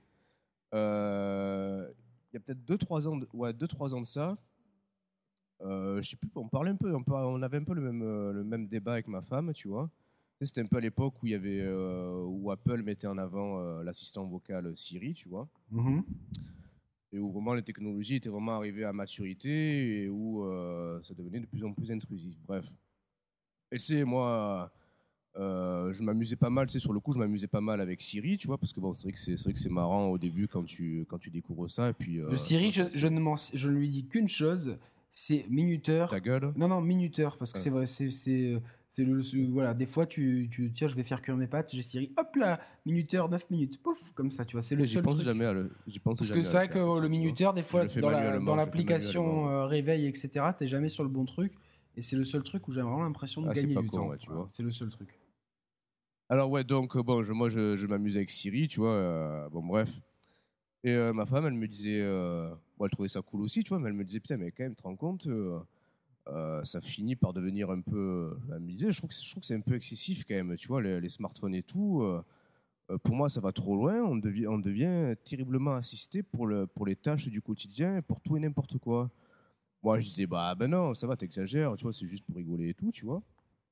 Il y a peut-être 2-3 ans, 2-3 ans de ça, je sais plus, on parlait un peu, on avait un peu le même débat avec ma femme, tu vois. C'était un peu à l'époque où il y avait, où Apple mettait en avant l'assistant vocal Siri, tu vois. Mm-hmm. Et où vraiment les technologies étaient vraiment arrivées à maturité et où ça devenait de plus en plus intrusif. Bref. Et tu sais, moi, je m'amusais pas mal, tu sais, sur le coup, je m'amusais pas mal avec Siri, tu vois, parce que bon, c'est vrai que c'est marrant au début quand tu découvres ça. Et puis, Le Siri, tu vois, je ne lui dis qu'une chose, c'est minuteur. ta gueule. Non, minuteur, parce que Ouais. c'est vrai, voilà, des fois, tiens, je vais faire cuire mes pâtes, j'ai Siri, hop là, minuteur, 9 minutes, pouf, comme ça, tu vois, c'est le seul truc. J'y pense Parce que jamais à c'est le vrai faire, que ça, le tu vois. minuteur, des Je fois, le fais dans manuellement. l'application réveil, etc., t'es jamais sur le bon truc, et c'est le seul truc où j'ai vraiment l'impression de Ah, c'est gagner pas du con, temps. ouais, tu Voilà, vois. c'est le seul truc. Alors ouais, donc bon, je m'amuse avec Siri, tu vois. Bon, bref. Et ma femme, elle me disait, bon, elle trouvait ça cool aussi, tu vois, mais elle me disait, putain, mais quand même, tu te rends compte, ça finit par devenir un peu. Elle me disait, je trouve que c'est un peu excessif quand même, tu vois, les smartphones et tout. Pour moi, ça va trop loin. On devient terriblement assisté pour les tâches du quotidien, pour tout et n'importe quoi. Moi, je disais, bah ben non, ça va, t'exagères, tu vois, c'est juste pour rigoler et tout, tu vois.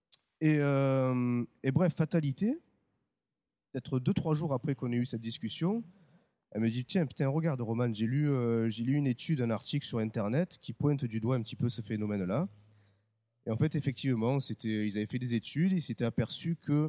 Et bref, fatalité, peut-être 2-3 jours après qu'on ait eu cette discussion, elle me dit, tiens, putain, regarde, Roman, j'ai lu une étude, un article sur Internet qui pointe du doigt un petit peu ce phénomène-là. Et en fait, effectivement, ils avaient fait des études, ils s'étaient aperçus que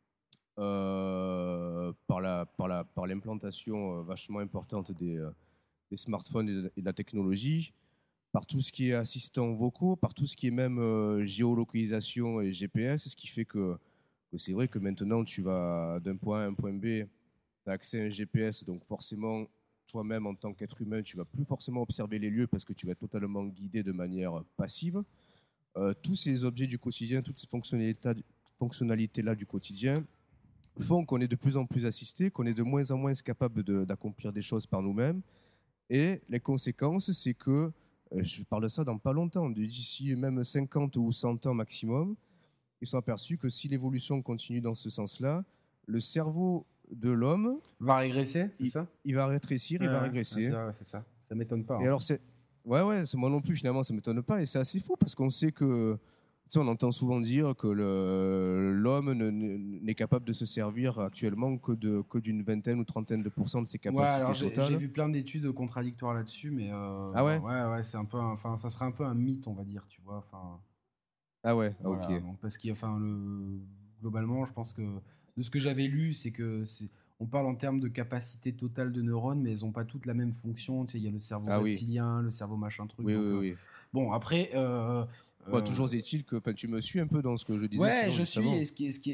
par l'implantation vachement importante des smartphones et de la technologie, par tout ce qui est assistants vocaux, par tout ce qui est même géolocalisation et GPS, ce qui fait que c'est vrai que maintenant, tu vas d'un point A à un point B, tu as accès à un GPS, donc forcément, toi-même, en tant qu'être humain, tu vas plus forcément observer les lieux parce que tu vas être totalement guidé de manière passive. Tous ces objets du quotidien, toutes ces fonctionnalités-là du quotidien font qu'on est de plus en plus assisté, qu'on est de moins en moins capable d'accomplir des choses par nous-mêmes. Et les conséquences, c'est que, je parle de ça dans pas longtemps, d'ici même 50 ou 100 ans maximum, ils sont aperçus que si l'évolution continue dans ce sens-là, le cerveau de l'homme Va régresser, c'est ça? il va rétrécir, il va régresser. C'est ça. Ça m'étonne pas. Et alors, moi non plus, finalement, ça m'étonne pas. Et c'est assez fou parce qu'on sait que, tu sais, on entend souvent dire que l'homme n'est capable de se servir actuellement que d'une vingtaine ou trentaine de pourcents de ses Ouais, capacités alors j'ai totales. vu plein d'études contradictoires là-dessus, mais Ah ouais? ouais, c'est un peu, enfin, ça serait un peu un mythe, on va dire, tu vois. Enfin, Ah ouais, ah, ok. voilà, donc parce globalement, je pense que de ce que j'avais lu, on parle en termes de capacité totale de neurones, mais elles n'ont pas toutes la même fonction. Tu sais, il y a le cerveau Ah oui, reptilien, le cerveau machin truc. oui, Donc oui, oui. bon, après, Bon, toujours est-il que, enfin, tu me suis un peu dans ce que je disais, ouais, sinon, je juste suis. avant. Et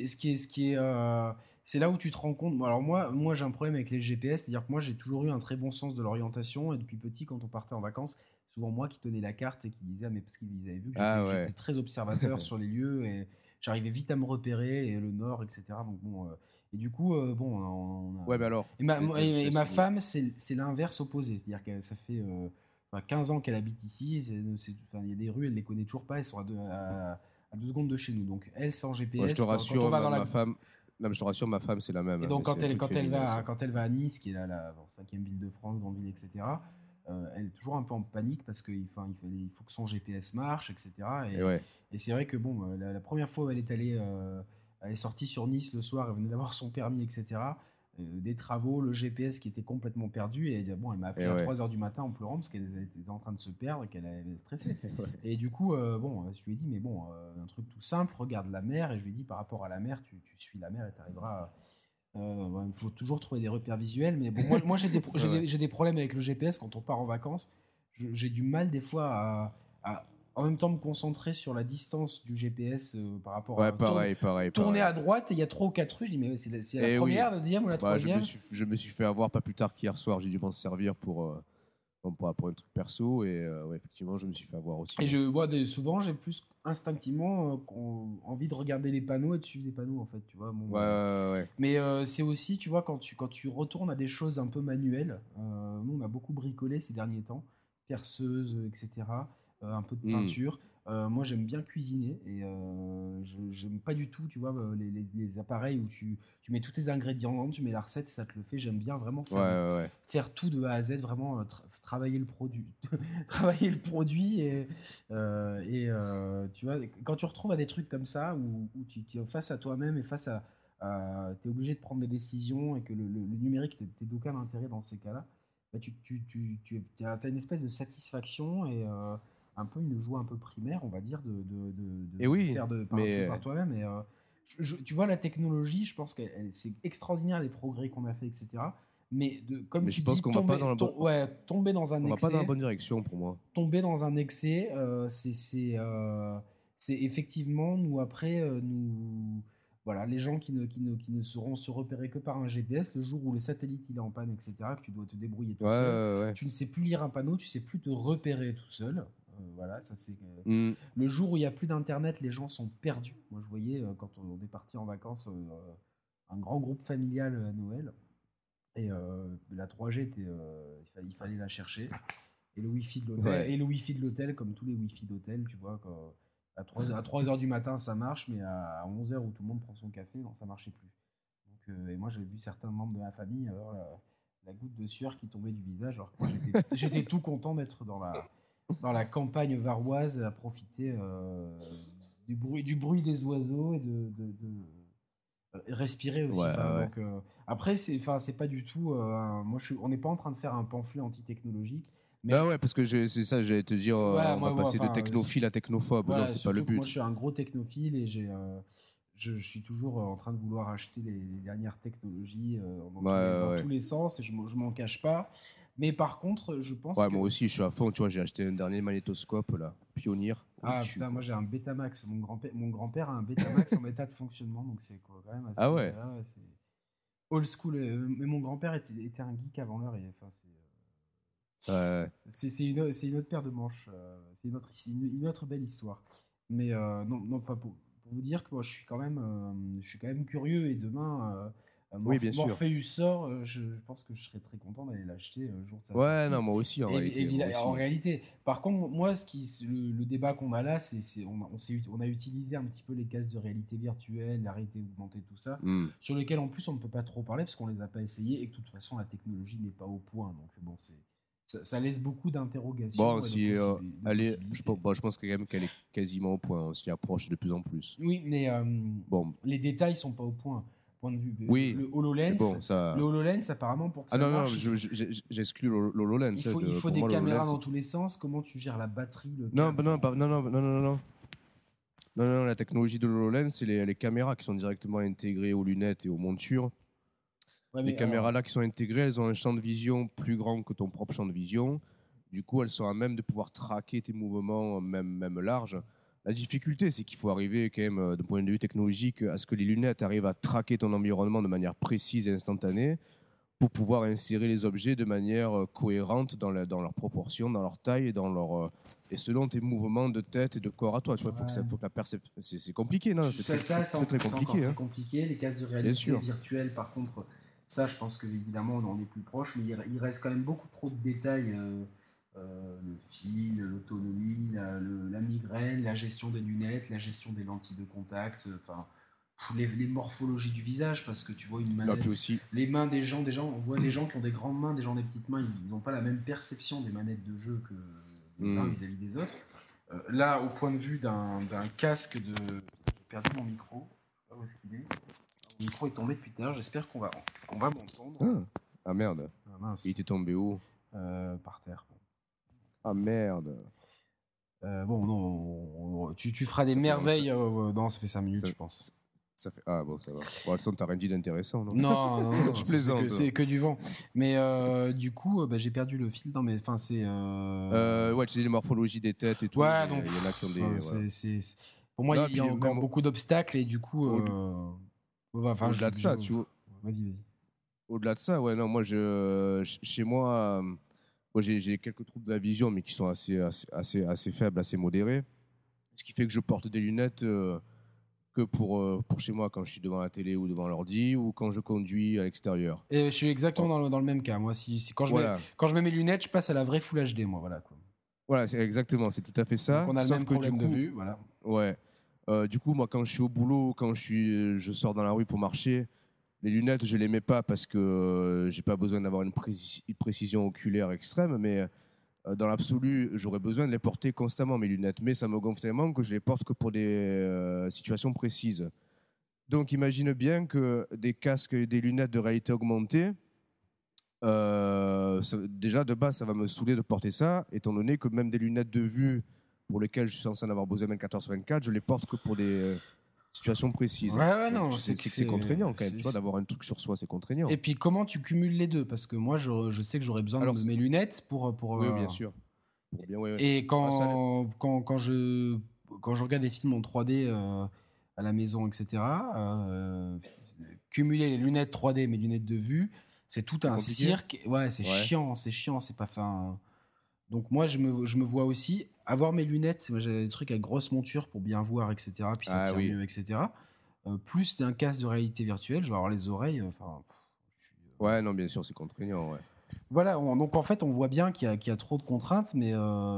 c'est là où tu te rends compte. Bon, alors moi, j'ai un problème avec les GPS, c'est-à-dire que moi, j'ai toujours eu un très bon sens de l'orientation. Et depuis petit, quand on partait en vacances, c'est souvent moi qui tenais la carte et qui disais, ah, mais parce qu'ils avaient vu que Ah j'étais ouais. très observateur sur les lieux et j'arrivais vite à me repérer et le nord, etc. Donc bon, et du coup, bon, Ouais, mais alors, et ma excuse-moi. femme, c'est l'inverse opposé, c'est-à-dire que ça fait 15 ans qu'elle habite ici. Enfin, il y a des rues, elle les connaît toujours pas. Elles sont à 2 secondes de chez nous. Donc elle sans Moi, je te GPS, quand on rassure, va dans la ma femme. Non, mais je te rassure, ma femme, c'est la même, et hein, mais donc c'est un truc féminin, ça. quand elle va à Nice, qui est la cinquième ville de France, grande ville, etc. Elle est toujours un peu en panique parce il faut que son GPS marche, etc. Et ouais. Et c'est vrai que bon, la première fois où elle est sortie sur Nice le soir, elle venait d'avoir son permis, etc. Des travaux, le GPS qui était complètement perdu. Et bon, elle m'a appelé Et à ouais. 3 h du matin en pleurant parce qu'elle était en train de se perdre et qu'elle avait stressé. Ouais. Et du coup, bon, je lui ai dit, mais bon, un truc tout simple, regarde la mer. Et je lui ai dit, par rapport à la mer, tu suis la mer et tu arriveras. Il faut toujours trouver des repères visuels. Mais bon, moi Ouais, ouais. j'ai des problèmes avec le GPS quand on part en vacances. J'ai du mal des fois en même temps me concentrer sur la distance du GPS par rapport Ouais, à pareil, pareil, tourner pareil. à droite et il y a 3 ou 4 rues. Je dis, mais c'est la Et oui. première, la deuxième ou la Bah, troisième? je me suis fait avoir pas plus tard qu'hier soir. J'ai dû m'en servir pour un truc perso. Et ouais, effectivement, je me suis fait avoir aussi. Et Ouais. souvent, j'ai plus instinctivement envie de regarder les panneaux et de suivre les panneaux, en fait, tu vois. Ouais, ouais, ouais. Mais c'est aussi, tu vois, quand tu retournes à des choses un peu manuelles, nous, on a beaucoup bricolé ces derniers temps, perceuse, etc., un peu de Hmm. peinture. Moi, j'aime bien cuisiner et j'aime pas du tout, tu vois, les appareils où tu mets tous tes ingrédients dedans, tu mets la recette et ça te le fait. J'aime bien vraiment Ouais, ouais, ouais. faire tout de A à Z, vraiment travailler le produit, travailler le produit tu vois, quand tu retrouves à des trucs comme ça où tu es face à toi-même et t'es obligé de prendre des décisions et que le numérique t'es d'aucun intérêt dans ces cas-là, bah, tu as une espèce de satisfaction et un peu une joie un peu primaire, on va dire, Et de oui, faire tout mais par toi-même. Et tu vois, la technologie, je pense que c'est extraordinaire les progrès qu'on a fait, etc. Mais comme mais tu je pense dis, qu'on va pas dans la bonne, ouais, tomber dans un on va pas dans la excès, bonne direction pour moi. c'est effectivement nous après nous voilà les gens qui ne sauront se repérer que par un GPS le jour où le satellite il est en panne, etc., que tu dois te débrouiller Ouais, tout seul, ouais, ouais. tu ne sais plus lire un panneau, tu sais plus te repérer tout seul. Voilà, ça c'est Hmm. le jour où il y a plus d'internet, les gens sont perdus. Moi je voyais quand on est parti en vacances, un grand groupe familial à Noël. Et la 3G il fallait la chercher. Et le wifi de l'hôtel, Ouais. comme tous les wifi d'hôtel, tu vois, à 3 heures du matin ça marche, mais à 11 heures où tout le monde prend son café, non, ça marchait plus. Donc, et moi j'avais vu certains membres de ma famille avoir la goutte de sueur qui tombait du visage, alors que moi j'étais tout content d'être dans la campagne varoise à profiter du bruit des oiseaux et respirer aussi. Ouais, Enfin, ouais. donc, après, c'est pas du tout. On n'est pas en train de faire un pamphlet anti-technologique, mais Ah ouais, parce que c'est ça, j'allais te dire, voilà, on va passer de enfin, technophile à technophobe. Non, voilà, c'est pas le surtout que moi je but. suis un gros technophile et je suis toujours en train de vouloir acheter les dernières technologies Ouais, ouais, dans ouais. tous les sens et je m'en cache pas. Mais par contre, je pense Ouais, que moi aussi, je suis à fond. Tu vois, j'ai acheté un dernier magnétoscope, là. Pionnier. On ah tue, putain, moi quoi. j'ai un Betamax. Mon grand-père a un Betamax en état de fonctionnement, donc c'est quoi, quand même Ah assez. ouais. Ouais, c'est old school. Mais mon grand-père était un geek avant l'heure. Enfin, Ouais. c'est une autre paire de manches. C'est une autre belle histoire. Mais non, non, enfin, pour vous dire que moi, je suis quand même curieux et demain, Oui, bien sûr. Morpheus sort. Je pense que je serais très content d'aller l'acheter le jour de sa Ouais, non, sortie. moi aussi, en réalité. Moi En aussi. réalité, par contre, moi, le débat qu'on a là, on a utilisé un petit peu les cases de réalité virtuelle, la réalité augmentée, tout ça, Hmm. sur lesquels en plus on ne peut pas trop parler parce qu'on les a pas essayés et que de toute façon la technologie n'est pas au point. Donc bon, ça laisse beaucoup Bon, d'interrogations et si, de allez, possibilités. bon, je pense quand même qu'elle est quasiment au point. On s'y approche de plus en plus. Oui, mais Bon, les détails sont pas au point. Point de vue. oui, mais bon, Le ça. HoloLens, apparemment, pour que Ah ça non, non, marche, j'exclus l'HoloLens. il faut Pour des moi, caméras l'HoloLens. dans tous les sens. Comment tu gères la batterie, le Non, câble, bah non, non, non, non, non, non, non. Non, non, la technologie de l'HoloLens, c'est les caméras qui sont directement intégrées aux lunettes et aux montures. Ouais, Les mais caméras alors, là qui sont intégrées, elles ont un champ de vision plus grand que ton propre champ de vision. Du coup, elles sont à même de pouvoir traquer tes mouvements, même larges. La difficulté, c'est qu'il faut arriver quand même, d'un point de vue technologique, à ce que les lunettes arrivent à traquer ton environnement de manière précise et instantanée pour pouvoir insérer les objets de manière cohérente dans leurs proportions, dans leur taille et selon tes mouvements de tête et de corps à toi. Tu vois, ouais. faut que la perception. C'est compliqué, non? C'est Ça, très, très c'est encore compliqué, très hein. compliqué. Les cases de Bien réalité sûr. virtuelle, par contre, ça, je pense que évidemment, on en est plus proche, mais il reste quand même beaucoup trop de détails. Le fil, l'autonomie, la migraine, la gestion des lunettes, la gestion des lentilles de contact, enfin, les morphologies du visage, parce que tu vois une Là, puis manette, aussi, les mains des gens, on voit des gens qui ont des grandes mains, des gens des petites mains, ils n'ont pas la même perception des manettes de jeu que les uns hmm. vis-à-vis des autres. Là, au point de vue d'un casque de. J'ai perdu mon micro. Je sais pas où est-ce qu'il est. Mon micro est tombé depuis tout à l'heure. J'espère qu'on va m'entendre. Ah, ah merde. Ah Il mince. était tombé où? Par terre. Ah merde. Bon, non, tu feras des Ça fait longtemps. merveilles. Non, ça fait 5 minutes, Ça, je pense. ça fait... Ah bon, ça va. Bon, le son, t'as rien dit d'intéressant, non? Non, non, non, Je plaisante. c'est que du vent. Mais du coup, bah, j'ai perdu le fil. Non, mais enfin, c'est. Ouais, tu sais, les morphologies des têtes et tout. Ouais, donc. Il y en a qui ont des. Voilà. Pour moi, Non, il y a puis encore même beaucoup d'obstacles et du coup. Enfin, au-delà de ça, tu vois. Vas-y, vas-y. Au-delà de ça, ouais, non, moi, chez moi, moi j'ai quelques troubles de la vision, mais qui sont assez faibles, assez modérés. Ce qui fait que je porte des lunettes que pour chez moi, quand je suis devant la télé ou devant l'ordi, ou quand je conduis à l'extérieur. Et je suis exactement Bon, dans le même cas. Moi, quand voilà. quand je mets mes lunettes, je passe à la vraie Full HD, moi, voilà quoi. Voilà, c'est exactement, c'est tout à fait ça. Donc on a le Sauf même que du problème de coup, vue, voilà. ouais. Du coup, moi, quand je suis au boulot, quand je sors dans la rue pour marcher, les lunettes, je les mets pas parce que j'ai pas besoin d'avoir une précision oculaire extrême, mais dans l'absolu, j'aurais besoin de les porter constamment, mes lunettes. Mais ça me gonfle tellement que je les porte que pour des situations précises. Donc, imagine bien que des casques et des lunettes de réalité augmentée, déjà de base, ça va me saouler de porter ça, étant donné que même des lunettes de vue pour lesquelles je suis censé en avoir besoin 24 sur 24, je les porte que pour des situations précises. Ouais, Donc non, c'est que c'est contraignant quand même, tu vois, c'est- d'avoir un truc sur soi, c'est contraignant. Et puis comment tu cumules les deux? Parce que moi, je sais que j'aurais besoin de Alors, mes lunettes pour oui, bien sûr. Pour bien, ouais, ouais. Et Ah, ça, quand je regarde des films en 3D à la maison, etc., cumuler les lunettes 3D et mes lunettes de vue, c'est tout c'est un compliqué. cirque. Ouais, Ouais. c'est chiant, c'est pas fin. Donc moi, je me vois aussi avoir mes lunettes. Moi, j'ai des trucs à grosse monture pour bien voir, etc. Puis ça Ah tire oui. mieux, etc. Plus un casque de réalité virtuelle, je vais avoir les oreilles. Enfin, Ouais, non, bien sûr, c'est contraignant, ouais. voilà, donc en fait, on voit bien qu'il y a trop de contraintes, mais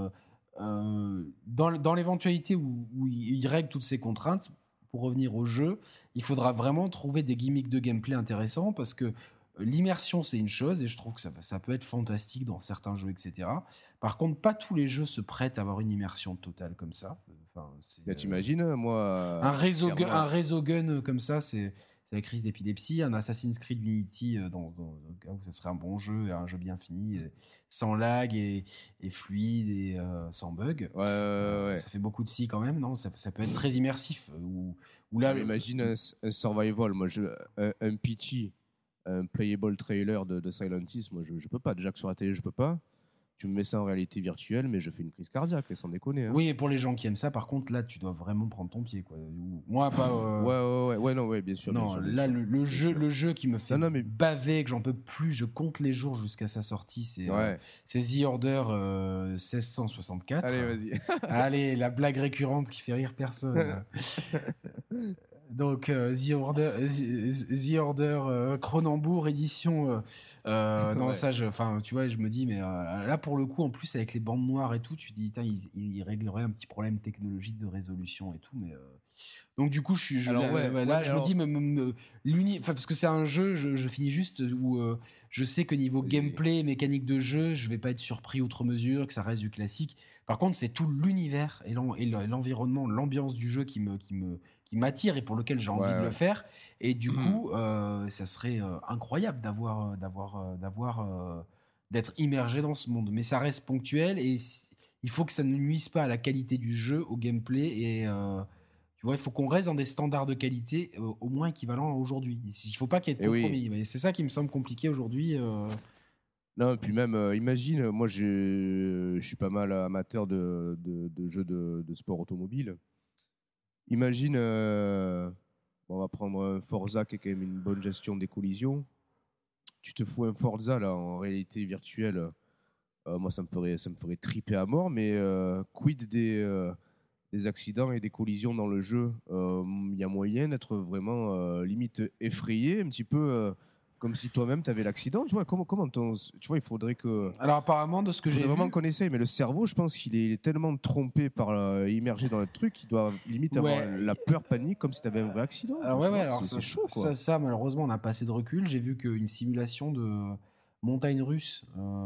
dans l'éventualité où il règle toutes ces contraintes, pour revenir au jeu, il faudra vraiment trouver des gimmicks de gameplay intéressants parce que l'immersion, c'est une chose et je trouve que ça peut être fantastique dans certains jeux, etc. Par contre, pas tous les jeux se prêtent à avoir une immersion totale comme ça. Enfin, Là, t'imagines, moi, un clairement. réseau gun comme ça, c'est la crise d'épilepsie. Un Assassin's Creed Unity, dans le cas où ça serait un bon jeu, un jeu bien fini, sans lag et fluide et sans bug. Ouais, ouais, ouais. Ça fait beaucoup de si quand même, non ça peut être très immersif. Où là, Non, mais imagine un survival, moi, un pitchy, un playable trailer de Silent Hill, moi, je peux pas. Déjà que sur la télé, je peux pas. Tu me mets ça en réalité virtuelle, mais je fais une crise cardiaque, sans déconner. Hein. oui, et pour les gens qui aiment ça, par contre, là, tu dois vraiment prendre ton pied, quoi. Moi, pas. Ouais, ouais, ouais, ouais, non, ouais, bien sûr, bien Non, sûr, bien là, sûr. Bien sûr. le jeu qui me fait Non, non, mais baver, que j'en peux plus, je compte les jours jusqu'à sa sortie, ouais. c'est The Order 1664. Allez, vas-y. Allez, la blague récurrente qui fait rire personne. Donc, The Order Cronenbourg édition. Non, Ouais. ça, enfin, tu vois, je me dis, mais là, pour le coup, en plus, avec les bandes noires et tout, tu te dis, il réglerait un petit problème technologique de résolution et tout, mais. Donc du coup, Alors, ouais, ouais, là, mais je me dis, alors. parce que c'est un jeu, je finis juste où je sais que niveau Vas-y, vas-y. gameplay, mécanique de jeu, je vais pas être surpris outre mesure, que ça reste du classique. Par contre, c'est tout l'univers et l'environnement, l'ambiance du jeu qui m'attire et pour lequel j'ai envie de le Ouais, faire. Et du ouais. coup, ça serait incroyable d'être immergé dans ce monde. Mais ça reste ponctuel et il faut que ça ne nuise pas à la qualité du jeu, au gameplay et tu vois, il faut qu'on reste dans des standards de qualité au moins équivalents à aujourd'hui. Il ne faut pas qu'il y ait de Et oui. compromis. Et c'est ça qui me semble compliqué aujourd'hui. Non, puis même, imagine, moi, je suis pas mal amateur de jeux de sport automobile. Imagine, bon, on va prendre un Forza qui est quand même une bonne gestion des collisions. Tu te fous un Forza là en réalité virtuelle. Moi, ça me ferait triper à mort, mais quid des accidents et des collisions dans le jeu? Il y a moyen d'être vraiment limite effrayé, un petit peu comme si toi-même tu avais l'accident. Tu vois, tu vois, Alors apparemment, de ce que il j'ai faudrait vraiment vu, qu'on essaye, mais le cerveau, je pense qu'il est tellement trompé immergé dans le truc qu'il doit limite avoir ouais. la peur, panique, comme si tu avais un vrai accident, Alors quoi, ouais, tu ouais. vois. Alors C'est chaud, quoi. malheureusement, on n'a pas assez de recul. J'ai vu qu'une simulation de montagne russe,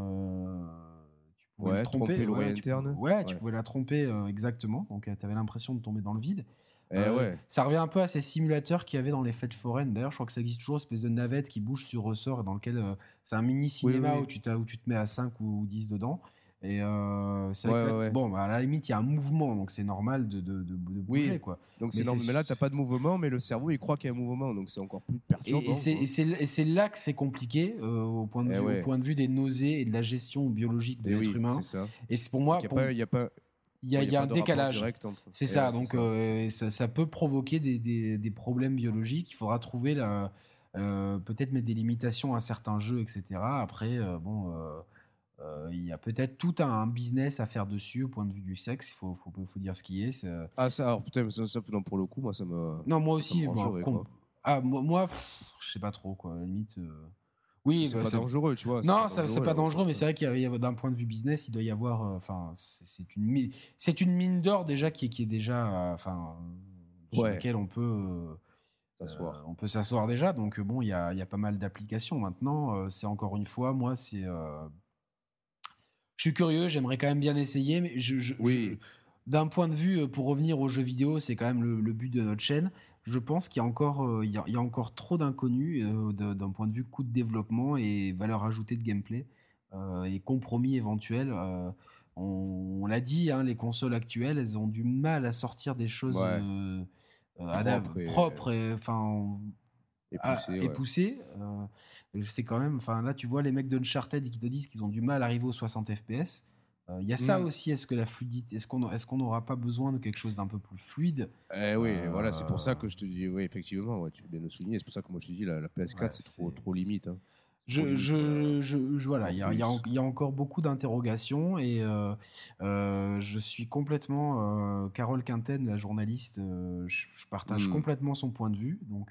tu pouvais le Ouais, tromper. tromper l'oreille interne. Ouais, tu Ouais. pouvais la tromper exactement. Donc tu avais l'impression de tomber dans le vide. Eh ouais. Ça revient un peu à ces simulateurs qu'il y avait dans les fêtes foraines. D'ailleurs, je crois que ça existe toujours, une espèce de navette qui bouge sur ressort et dans lequel c'est un mini Oui, oui, cinéma oui. où tu te mets à 5 ou 10 dedans. Et c'est Ouais, vrai que là, ouais, ouais. bon, bah, à la limite, il y a un mouvement, donc c'est normal de bouger, Oui. quoi. Donc Mais c'est normal. Mais là, t'as pas de mouvement, mais le cerveau, il croit qu'il y a un mouvement. Donc c'est encore plus perturbant, quoi. et c'est là que c'est compliqué Eh au ouais. point de vue des nausées et de la gestion biologique de Eh l'être oui, c'est humain. ça. Et c'est pour C'est moi, qu'il n'y a pas, il y a pas, ouais, il y il a y a pas un de rapport décalage. direct entre. C'est Eh ouais, ça, c'est donc ça. ça peut provoquer des problèmes biologiques. Il faudra trouver peut-être mettre des limitations à certains jeux, etc. Après, il y a peut-être tout un business à faire dessus au point de vue du sexe. Faut dire ce qui est. Ah ça, alors putain, non, pour le coup, moi, Non, moi ça me aussi. brancherait, quoi. Moi, je sais pas trop, quoi. À la limite. Oui, C'est pas dangereux, tu vois. Non, c'est pas dangereux, mais c'est contraire. vrai d'un point de vue business, il doit y avoir. Enfin, c'est une mine d'or déjà qui est déjà, enfin, sur Ouais, laquelle s'asseoir. on peut s'asseoir déjà. Donc bon, il y a pas mal d'applications maintenant. C'est encore une fois, moi, je suis curieux, j'aimerais quand même bien essayer, mais Oui, d'un point de vue, pour revenir aux jeux vidéo, c'est quand même le but de notre chaîne. Je pense qu'il y a encore, il y a encore trop d'inconnus d'un point de vue coût de développement et valeur ajoutée de gameplay et compromis éventuels. On l'a dit, hein, les consoles actuelles, elles ont du mal à sortir des choses ouais, propre propres, enfin, et poussé, et ouais. poussées. C'est quand même, enfin là, tu vois les mecs d'Uncharted qui te disent qu'ils ont du mal à arriver aux 60 FPS. Il y a ça Hmm. aussi. Est-ce que la fluidité, est-ce qu'on n'aura pas besoin de quelque chose d'un peu plus fluide? Eh oui, voilà, c'est pour Euh, ça que je te dis, oui, effectivement, ouais, tu fais bien le souligner. C'est pour ça que moi je te dis, la ouais, PS4, c'est c'est. trop limite. Hein. C'est trop limite Voilà, en plus. il y a encore beaucoup d'interrogations et je suis complètement Carole Quinten, la journaliste, je partage Hmm. complètement son point de vue. Donc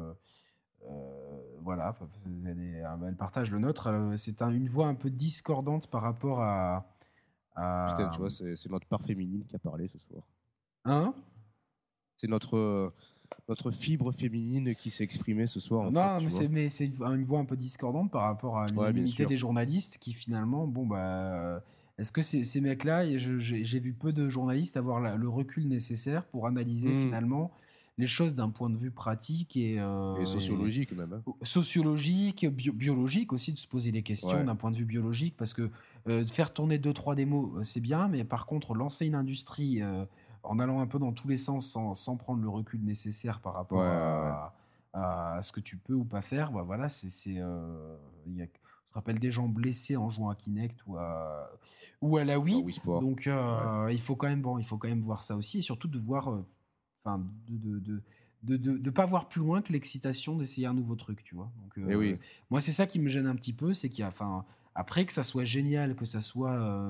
voilà, elle partage le nôtre. C'est une voix un peu discordante par rapport Putain, tu à vois, c'est notre part féminine qui a parlé ce soir. hein. C'est notre fibre féminine qui s'est exprimée ce soir, en fait, Non, tu vois. mais c'est une voix un peu discordante par rapport à Ouais, bien l'unanimité sûr. des journalistes qui finalement, bon bah, est-ce que ces mecs-là, et j'ai vu peu de journalistes avoir le recul nécessaire pour analyser Hmm. finalement les choses d'un point de vue pratique Et sociologique même. Hein. sociologique, biologique aussi, de se poser des questions Ouais. d'un point de vue biologique, parce que faire tourner deux trois démos, c'est bien, mais par contre, lancer une industrie en allant un peu dans tous les sens sans prendre le recul nécessaire par Ouais, rapport ouais, ouais. à ce que tu peux ou pas faire, bah voilà, je te rappelle des gens blessés en jouant à Kinect ou à la Bah Wii, oui, sport. donc Ouais. il faut quand même voir ça aussi, et surtout de voir, enfin, de pas voir plus loin que l'excitation d'essayer un nouveau truc, tu vois. Donc Et oui. moi c'est ça qui me gêne un petit peu, c'est qu'il y a, enfin, après que ça soit génial, que ça soit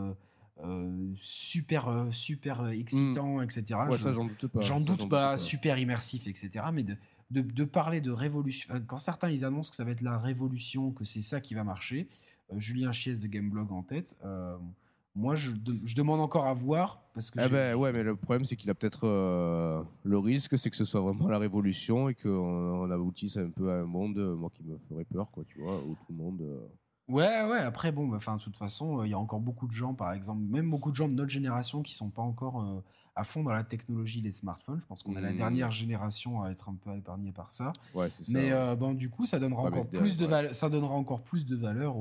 super Hmm. excitant, etc. Ouais, ça, j'en doute pas. J'en Ça, doute j'en doute pas, pas. super immersif, etc. Mais de parler de révolution, enfin, quand certains ils annoncent que ça va être la révolution, que c'est ça qui va marcher, Julien Chies de Gameblog en tête. Moi, je demande encore à voir parce que Eh ben ouais, mais le problème, c'est qu'il a peut-être le risque, c'est que ce soit vraiment la révolution et qu'on aboutisse un peu à un monde, moi, qui me ferait peur, quoi, tu vois, où tout le monde. Ouais, après, bon, bah, enfin, de toute façon, il y a encore beaucoup de gens, par exemple, même beaucoup de gens de notre génération qui sont pas encore à fond dans la technologie, les smartphones. Je pense qu'on est la Hmm. dernière génération à être un peu épargnée par ça. Ouais, c'est ça, Mais ouais. bon, du coup, ça donnera Ouais, mais encore plus de ouais. ça donnera encore plus de valeur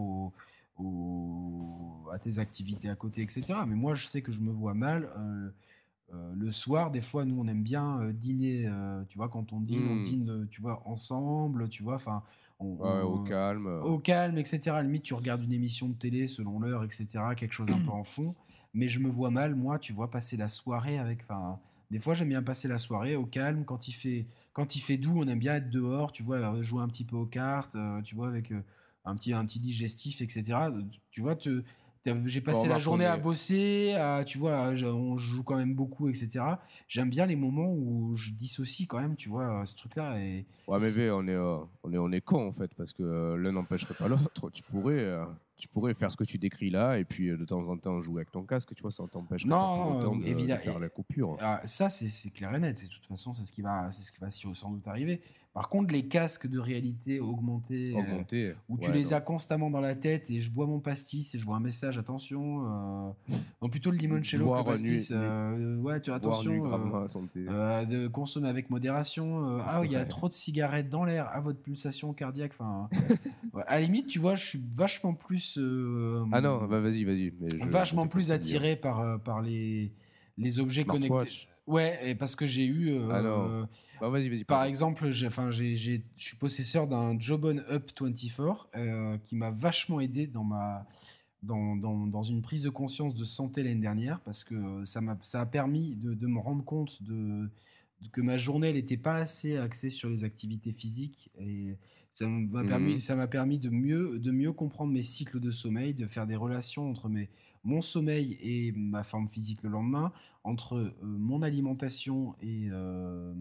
à tes activités à côté, etc. Mais moi, je sais que je me vois mal. Le soir, des fois, nous, on aime bien dîner. Tu vois, quand on Hmm. dîne, tu vois, ensemble. Tu vois, enfin, Ouais, au calme. au calme, etc. À la limite, tu regardes une émission de télé selon l'heure, etc. Quelque chose un peu en fond. Mais je me vois mal, moi, tu vois, passer la soirée avec. Enfin, des fois, j'aime bien passer la soirée au calme. Quand il fait doux, on aime bien être dehors, tu vois, jouer un petit peu aux cartes, tu vois, avec un petit digestif, etc. Tu vois, j'ai Bon, passé la remarque, on journée à est. bosser, tu vois, on joue quand même beaucoup, etc. J'aime bien les moments où je dissocie quand même, tu vois, ce truc-là. Ouais, mais V, on est con, en fait, parce que l'un n'empêcherait pas l'autre. Tu pourrais faire ce que tu décris là, et puis de temps en temps jouer avec ton casque, tu vois, ça t'empêcherait pas pour Non, autant de évidemment. faire la coupure. Ça, c'est clair et net. De toute façon, c'est ce qui va sans doute arriver. Par contre, les casques de réalité augmentée, Augmenter, où tu ouais, les as non. constamment dans la tête et je bois mon pastis et je vois un message, attention. Non, plutôt le limoncello que le Boire, pastis. Ouais, boire nuit attention. gravement à la santé. De consommer avec modération. Il y a Ouais. trop de cigarettes dans l'air. À votre pulsation cardiaque. Enfin, ouais, à la limite, tu vois, je suis Ah non, bah vas-y, mais je vachement t'écoute plus pour me dire. attiré par les objets connectés. Smartwatch. Ouais, et parce que j'ai eu, Ah non. Bah vas-y, par pardon. exemple, je suis possesseur d'un Jobon Up 24 qui m'a vachement aidé dans une prise de conscience de santé l'année dernière parce que ça a permis de me rendre compte que ma journée n'était pas assez axée sur les activités physiques et Mhm. ça m'a permis de mieux comprendre mes cycles de sommeil, de faire des relations entre mon sommeil et ma forme physique le lendemain, entre mon alimentation et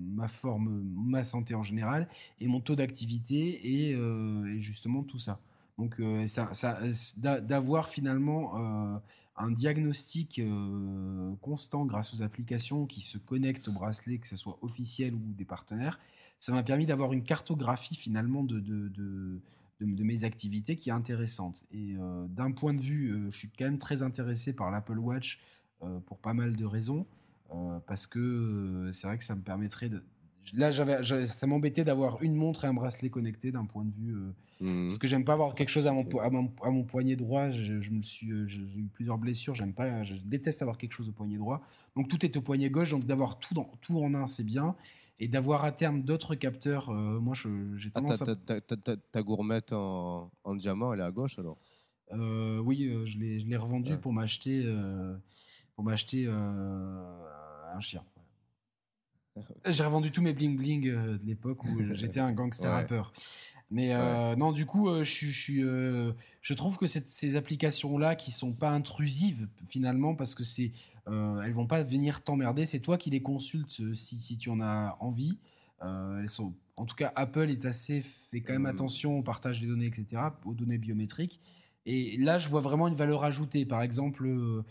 ma santé en général, et mon taux d'activité et justement tout ça. Donc, d'avoir finalement un diagnostic constant grâce aux applications qui se connectent au bracelet, que ce soit officiel ou des partenaires, ça m'a permis d'avoir une cartographie finalement de mes activités qui est intéressante. Et d'un point de vue, je suis quand même très intéressé par l'Apple Watch pour pas mal de raisons, parce que c'est vrai que ça me permettrait de... Là, ça m'embêtait d'avoir une montre et un bracelet connecté d'un point de vue... parce que j'aime pas avoir quelque chose Praticité. à mon poignet droit. J'ai eu plusieurs blessures. J'aime pas, je déteste avoir quelque chose au poignet droit. Donc tout est au poignet gauche. Donc d'avoir tout en un, c'est bien. Et d'avoir à terme d'autres capteurs, moi j'ai Ah, tendance à... ta gourmette en diamant, elle est à gauche alors? Oui, je l'ai revendu Ah. pour m'acheter un chien. J'ai revendu tous mes bling bling de l'époque où j'étais un gangster Ouais, rappeur. Mais ouais. non, du coup, je trouve que ces applications-là qui sont pas intrusives finalement parce que elles vont pas venir t'emmerder. C'est toi qui les consultes si tu en as envie. Elles sont, en tout cas, Apple fait quand même Hmm. attention au partage des données, etc., aux données biométriques. Et là, je vois vraiment une valeur ajoutée. Par exemple,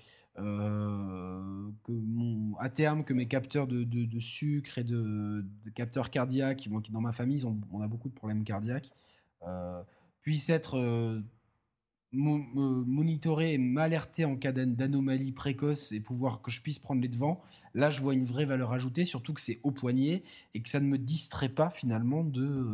à terme, que mes capteurs de sucre et de capteurs cardiaques, moi qui dans ma famille, on a beaucoup de problèmes cardiaques, euh, puissent être monitorés et m'alerter en cas d'anomalie précoce et pouvoir que je puisse prendre les devants. Là, je vois une vraie valeur ajoutée, surtout que c'est au poignet et que ça ne me distrait pas finalement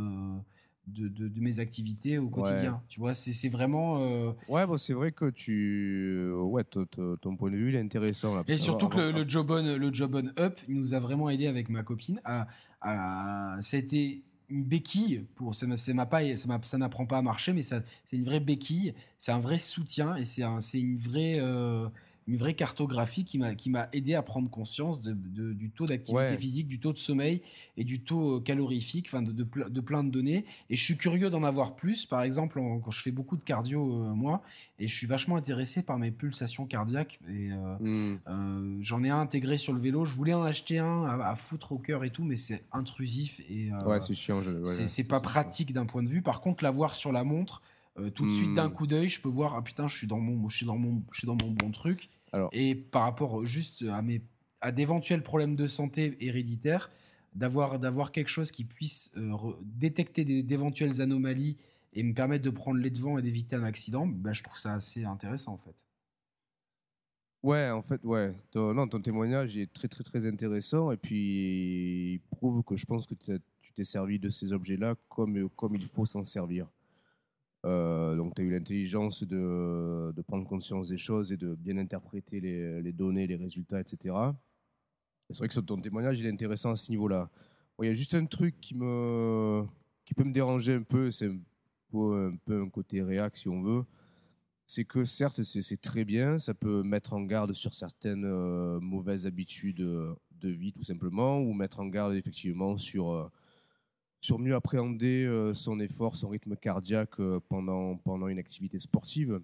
de mes activités au Ouais. quotidien. Tu vois, c'est vraiment... Ouais, bon, c'est vrai que ouais, ton point de vue, il est intéressant là. Et Parce surtout que le Job on Up, il nous a vraiment aidé avec ma copine. Ça a été une béquille pour. Ça n'apprend pas à marcher, mais c'est une vraie béquille. C'est un vrai soutien et c'est une vraie cartographie qui m'a aidé à prendre conscience du taux d'activité ouais, physique, du taux de sommeil et du taux calorifique, enfin de plein de données. Et je suis curieux d'en avoir plus. Par exemple, quand je fais beaucoup de cardio, moi, et je suis vachement intéressé par mes pulsations cardiaques. Et hmm, j'en ai un intégré sur le vélo. Je voulais en acheter un à foutre au cœur et tout, mais c'est intrusif et ouais, c'est chiant. Ouais, c'est ça, pas c'est chiant. pratique d'un point de vue. Par contre, l'avoir sur la montre, tout de suite d'un Hmm. coup d'œil, je peux voir, ah putain, je suis dans mon bon truc. Alors, Et par rapport juste à d'éventuels problèmes de santé héréditaires, d'avoir quelque chose qui puisse détecter d'éventuelles anomalies et me permettre de prendre les devants et d'éviter un accident, bah, je trouve ça assez intéressant en fait. ouais, en fait, ouais. Non, ton témoignage est très, très, très intéressant. Et puis, il prouve que je pense que tu t'es servi de ces objets-là comme il faut s'en servir. Donc, tu as eu l'intelligence de prendre conscience des choses et de bien interpréter les données, les résultats, etc. Et c'est vrai que ton témoignage, il est intéressant à ce niveau-là. Bon, il y a juste un truc qui peut me déranger un peu, c'est un peu un côté réac, si on veut. C'est que certes, c'est très bien, ça peut mettre en garde sur certaines mauvaises habitudes de vie, tout simplement, ou mettre en garde effectivement sur mieux appréhender son effort, son rythme cardiaque pendant une activité sportive.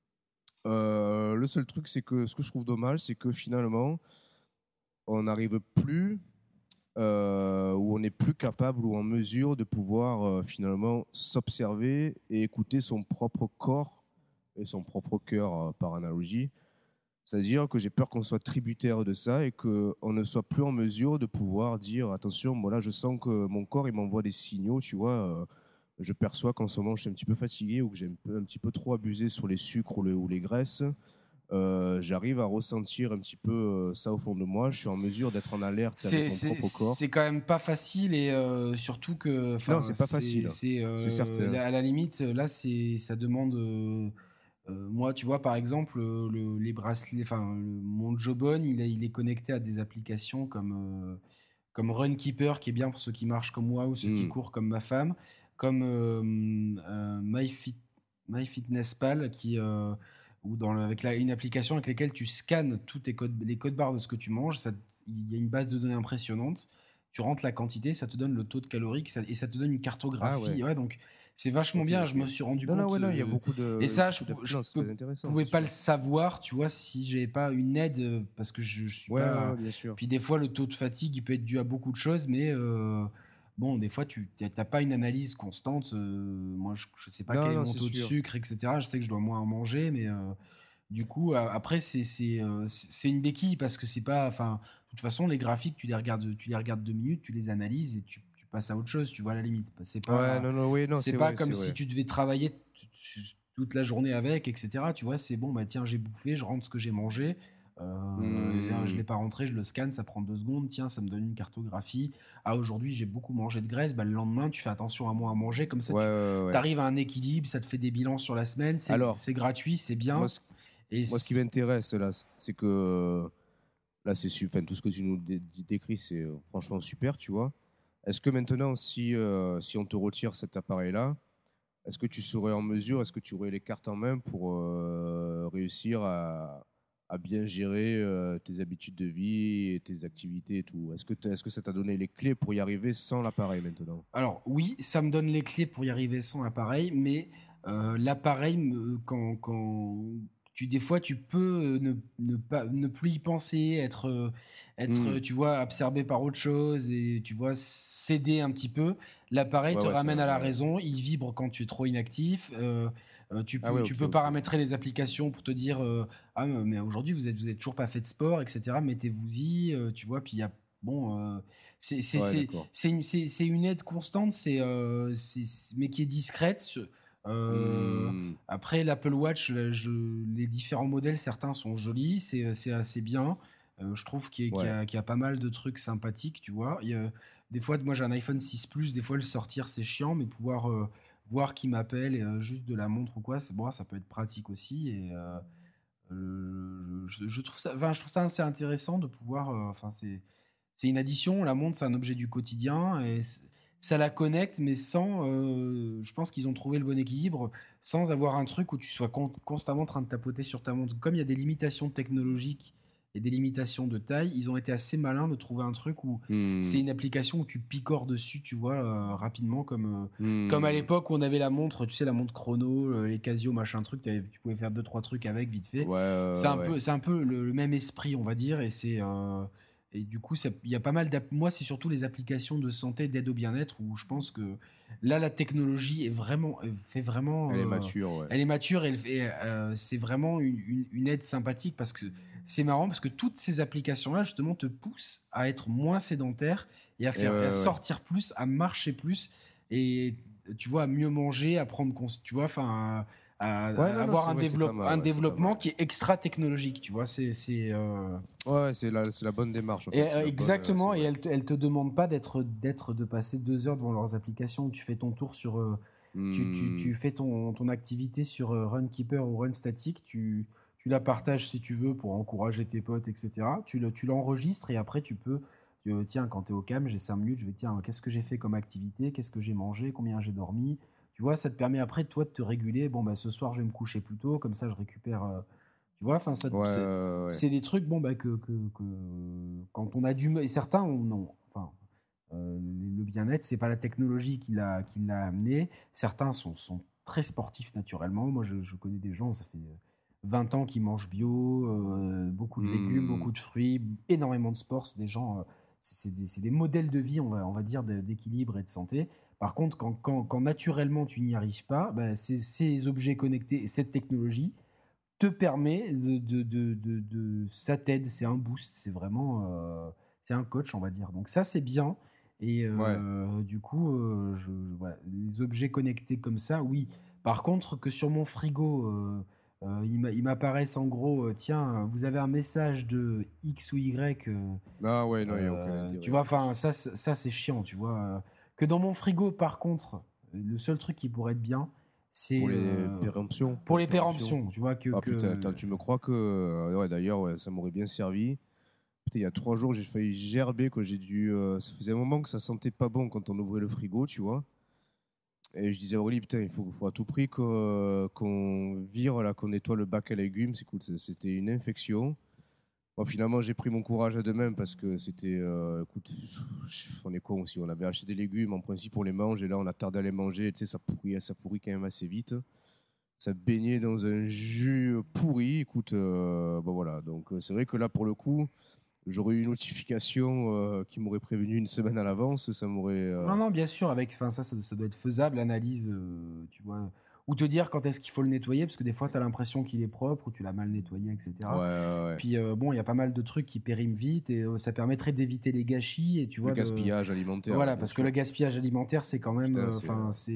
Le seul truc, c'est que ce que je trouve dommage, c'est que finalement, on n'arrive plus, où on n'est plus capable ou en mesure de pouvoir finalement s'observer et écouter son propre corps et son propre cœur par analogie. C'est-à-dire que j'ai peur qu'on soit tributaire de ça et qu'on ne soit plus en mesure de pouvoir dire attention, moi là je sens que mon corps il m'envoie des signaux, tu vois. Je perçois qu'en ce moment je suis un petit peu fatigué ou que j'ai un petit peu trop abusé sur les sucres ou les graisses. J'arrive à ressentir un petit peu ça au fond de moi. Je suis en mesure d'être en alerte avec mon propre corps. C'est quand même pas facile et surtout que Non, enfin c'est pas facile, c'est certain. à la limite là ça demande moi tu vois par exemple les bracelets mon Jawbone il est connecté à des applications comme Runkeeper qui est bien pour ceux qui marchent comme moi ou ceux qui Hmm. courent comme ma femme comme MyFitnessPal qui ou avec une application avec laquelle tu scannes les codes barres de ce que tu manges. Il y a une base de données impressionnante. Tu rentres la quantité, ça te donne le taux de calories et ça te donne une Ah ouais, cartographie. Ouais, donc c'est vachement ok, bien. Je ok. me suis rendu Non, non, compte. ouais, non, il y a Et ça, beaucoup je non, c'est très intéressant, pouvais c'est pas le sûr. savoir, tu vois, si j'avais pas une aide, parce que je suis Ouais, ouais, pas. ouais, bien sûr. Puis des fois, le taux de fatigue, il peut être dû à beaucoup de choses, mais bon, des fois, tu n'as pas une analyse constante. Moi, je ne sais pas quel Non, est non, mon c'est taux de sûr. sucre, etc. Je sais que je dois moins en manger, mais du coup, après, c'est une béquille parce que c'est pas. Enfin, de toute façon, les graphiques, tu les regardes 2 minutes, tu les analyses et tu passes à autre chose, tu vois, à la limite. Ouais, non, non, oui, non, C'est c'est pas vrai, comme c'est si vrai. tu devais travailler toute la journée avec, etc. Tu vois, c'est bon, bah tiens, j'ai bouffé, je rentre ce que j'ai mangé. Je l'ai Hmm. pas rentré, je le scanne, ça prend 2 secondes. Tiens, ça me donne une cartographie. Ah, aujourd'hui, j'ai beaucoup mangé de graisse. Bah, le lendemain, tu fais attention à moins à manger. Comme ça, Ouais, tu ouais, ouais. arrives à un équilibre, ça te fait des bilans sur la semaine. Alors, C'est gratuit, c'est moi, bien. Et moi, ce qui m'intéresse là, c'est que là, enfin, tout ce que tu nous décris, c'est franchement super, tu vois. Est-ce que maintenant, si on te retire cet appareil-là, est-ce que tu serais en mesure, est-ce que tu aurais les cartes en main pour réussir à bien gérer tes habitudes de vie et tes activités et tout? Est-ce que ça t'a donné les clés pour y arriver sans l'appareil maintenant? Alors oui, ça me donne les clés pour y arriver sans l'appareil, mais l'appareil, des fois tu peux ne plus y penser, Hmm. tu vois, absorbé par autre chose et tu vois céder un petit peu. L'appareil Ouais, te ouais, ramène à la ouais. raison, il vibre quand tu es trop inactif. Ah ouais, Tu ok, peux ok. paramétrer les applications pour te dire ah mais aujourd'hui vous êtes toujours pas fait de sport, etc. Mettez-vous-y, tu vois. Puis il y a bon. Ouais, d'accord. C'est une aide constante, mais qui est discrète. Euh, Hmm. Après, l'Apple Watch, les différents modèles, certains sont jolis, c'est assez bien. Je trouve Ouais. qu'il y a pas mal de trucs sympathiques, tu vois. Des fois, moi j'ai un iPhone 6 Plus, des fois le sortir c'est chiant, mais pouvoir voir qui m'appelle et juste de la montre ou quoi, bon, ça peut être pratique aussi. Et je trouve ça, enfin, je trouve ça assez intéressant de pouvoir. Enfin, c'est une addition. La montre, c'est un objet du quotidien et ça la connecte, mais sans. Je pense qu'ils ont trouvé le bon équilibre, sans avoir un truc où tu sois constamment en train de tapoter sur ta montre. Comme il y a des limitations technologiques et des limitations de taille, ils ont été assez malins de trouver un truc où c'est Hmm. une application où tu picores dessus, tu vois, rapidement, comme à Hmm. l'époque où on avait la montre, tu sais, la montre chrono, les Casio, machin truc, tu pouvais faire deux, trois trucs avec vite fait. Ouais, ouais. C'est un peu le même esprit, on va dire, et c'est. Et du coup, il y a pas mal moi, c'est surtout les applications de santé, d'aide au bien-être, où je pense que là, la technologie est vraiment, fait vraiment, Elle est mature, ouais. elle est mature et c'est vraiment une aide sympathique parce que c'est marrant parce que toutes ces applications-là, justement, te poussent à être moins sédentaire Et et à ouais. sortir plus, à marcher plus et tu vois, à mieux manger, à prendre, tu vois, enfin, Ouais, à non, non, avoir c'est vrai, c'est pas mal, un ouais, c'est pas développement mal. qui est extra technologique, tu vois, Ouais, ouais, c'est la bonne démarche, en fait. C'est la bonne, c'est exactement, et vrai. elle te demande pas de passer 2 heures devant leurs applications. Tu fais ton tour sur, Hmm. tu fais ton activité sur Runkeeper ou Run Static. Tu la partages si tu veux pour encourager tes potes, etc. Tu l'enregistres et après tu peux, tiens, quand tu es au cam, j'ai 5 minutes, je vais, tiens, qu'est-ce que j'ai fait comme activité, qu'est-ce que j'ai mangé, combien j'ai dormi. Tu vois, ça te permet après, toi, de te réguler. Bon, bah, ce soir, je vais me coucher plus tôt, comme ça, je récupère. Tu vois, enfin, Ouais, ouais, ouais. c'est des trucs bon bah quand on a du et certains non enfin le bien-être c'est pas la technologie qui l'a amené, certains sont très sportifs naturellement. Moi je connais des gens, ça fait 20 ans qu'ils mangent bio, beaucoup de légumes, Hmm. beaucoup de fruits, énormément de sport. C'est des gens c'est des modèles de vie, on va dire d'équilibre et de santé. Par contre quand naturellement tu n'y arrives pas, bah, ces objets connectés et cette technologie te permet ça t'aide, c'est un boost, c'est vraiment, c'est un coach, on va dire. Donc ça, c'est bien. Et Ouais. du coup, voilà, les objets connectés comme ça, oui. Par contre, que sur mon frigo, ils m'apparaissent en gros, tiens, vous avez un message de X ou Y, Ah ouais, non, il n'y a aucun intérêt tu en vois, enfin, plus. ça c'est chiant, tu vois. Que dans mon frigo, par contre, le seul truc qui pourrait être bien, c'est Pour les péremptions, pour pour les les péremptions. péremptions, tu vois, Ah putain, attends, tu me crois que. Ouais, d'ailleurs, ouais, ça m'aurait bien servi. Putain, il y a 3 jours, j'ai failli gerber, quoi. Ça faisait un moment que ça sentait pas bon quand on ouvrait le frigo, tu vois. Et je disais à Aurélie, putain, faut à tout prix qu'on vire, là, qu'on nettoie le bac à légumes. Écoute, c'était une infection. Bon, finalement, j'ai pris mon courage à deux mains parce que c'était. Écoute, on est con aussi. On avait acheté des légumes en principe pour les manger. Et là, on a tardé à les manger. Tu sais, ça pourrit quand même assez vite. Ça baignait dans un jus pourri. Écoute, bon voilà. Donc, c'est vrai que là, pour le coup, j'aurais eu une notification qui m'aurait prévenu une semaine à l'avance, ça m'aurait. Non, bien sûr, ça doit être faisable, l'analyse, tu vois. Ou te dire quand est-ce qu'il faut le nettoyer, parce que des fois, tu as l'impression qu'il est propre ou tu l'as mal nettoyé, Ouais, etc. ouais, ouais. Puis bon, il y a pas mal de trucs qui périment vite et ça permettrait d'éviter les gâchis et tu Le vois, gaspillage alimentaire, voilà, bien parce que sûr. le gaspillage alimentaire, c'est quand même, Putain, enfin, c'est.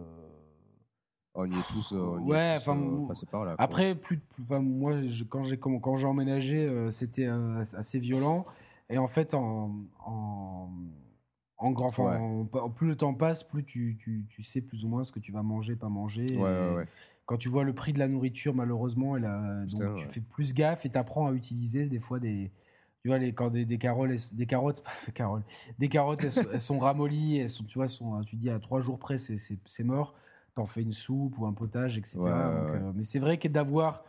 on y est Ouais, tous enfin, passés par là, quoi. après, enfin, moi, quand j'ai emménagé, c'était assez violent. Et en fait, enfin, Ouais, plus le temps passe, plus tu sais plus ou moins ce que tu vas manger, pas manger. ouais, ouais, Et ouais. quand tu vois le prix de la nourriture, malheureusement, donc Putain, tu ouais. fais plus gaffe et tu apprends à utiliser des fois tu vois, quand des carottes, des carottes, pas carottes, des carottes, elles sont ramollies, tu vois, tu dis à 3 jours près, c'est mort. T'en fais une soupe ou un potage, Ouais, etc. ouais, Donc, ouais. mais c'est vrai que d'avoir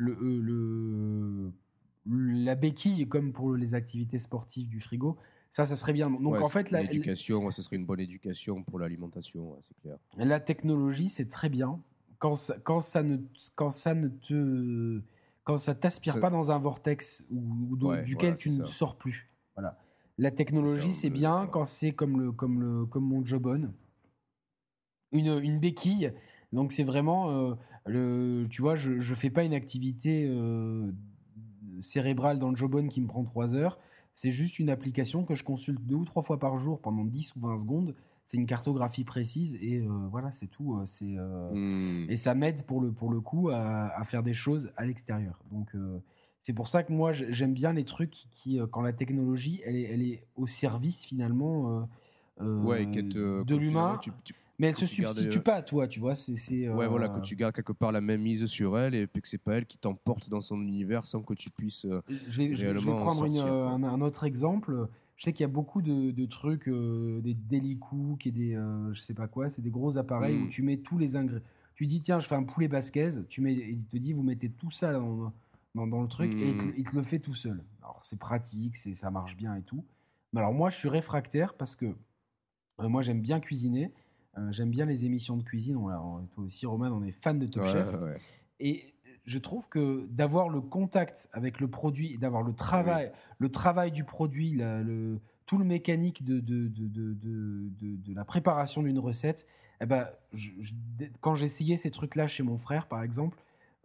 la béquille, comme pour les activités sportives du frigo, ça serait bien. Donc, Ouais, en fait, l'éducation, ouais, ça serait une bonne éducation pour l'alimentation, ouais, c'est clair. la technologie, c'est très bien quand ça ne te quand ça t'aspire Ça- pas dans un vortex ouais, duquel voilà, tu c'est ne ça. sors plus. Voilà. La C'est ça, technologie, on est c'est bien bien d'accord. quand c'est comme mon Jobon, une béquille. Donc c'est vraiment tu vois, je fais pas une activité cérébrale dans le Jobon qui me prend 3 heures. C'est juste une application que je consulte 2 ou 3 fois par jour pendant 10 ou 20 secondes. C'est une cartographie précise et voilà, c'est tout. Hmm. Et ça m'aide pour le coup à faire des choses à l'extérieur. Donc c'est pour ça que moi j'aime bien les trucs quand la technologie elle est au service finalement Ouais, de que finalement, l'humain, mais elle que se tu gardes. substitue pas à toi, tu vois. Ouais, voilà, que tu gardes quelque part la même mise sur elle et puis que c'est pas elle qui t'emporte dans son univers sans que tu puisses Je vais réellement en prendre sortir, quoi. un autre exemple. Je sais qu'il y a beaucoup de trucs, des Daily Cook et je sais pas quoi, c'est des gros appareils où Hmm. tu mets tous les ingrédients. Tu dis, tiens, je fais un poulet basquez, il te dit, vous mettez tout ça dans le truc et Hmm. il te le fait tout seul. Alors c'est pratique, ça marche bien et tout. Mais alors moi, je suis réfractaire parce que moi, j'aime bien cuisiner. J'aime bien les émissions de cuisine. Toi aussi, Roman, on est fan de Ouais, Top Chef. ouais, ouais. Et je trouve que d'avoir le contact avec le produit, d'avoir Oui. le travail du produit, tout le mécanique de la préparation d'une recette, eh ben, quand j'ai essayé ces trucs-là chez mon frère, par exemple,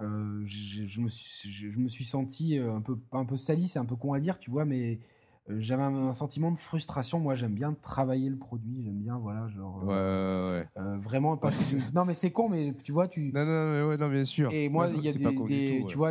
je me suis senti un peu sali, c'est un peu con à dire, tu vois, mais j'avais un sentiment de frustration. Moi, j'aime bien travailler le produit, j'aime bien, voilà, genre, Ouais, ouais, vraiment ouais. passer du. Non, mais c'est con, mais tu vois, Non, non, mais ouais, non, bien sûr. et Non, moi, il non, y a c'est pas con du tout, tu ouais. vois,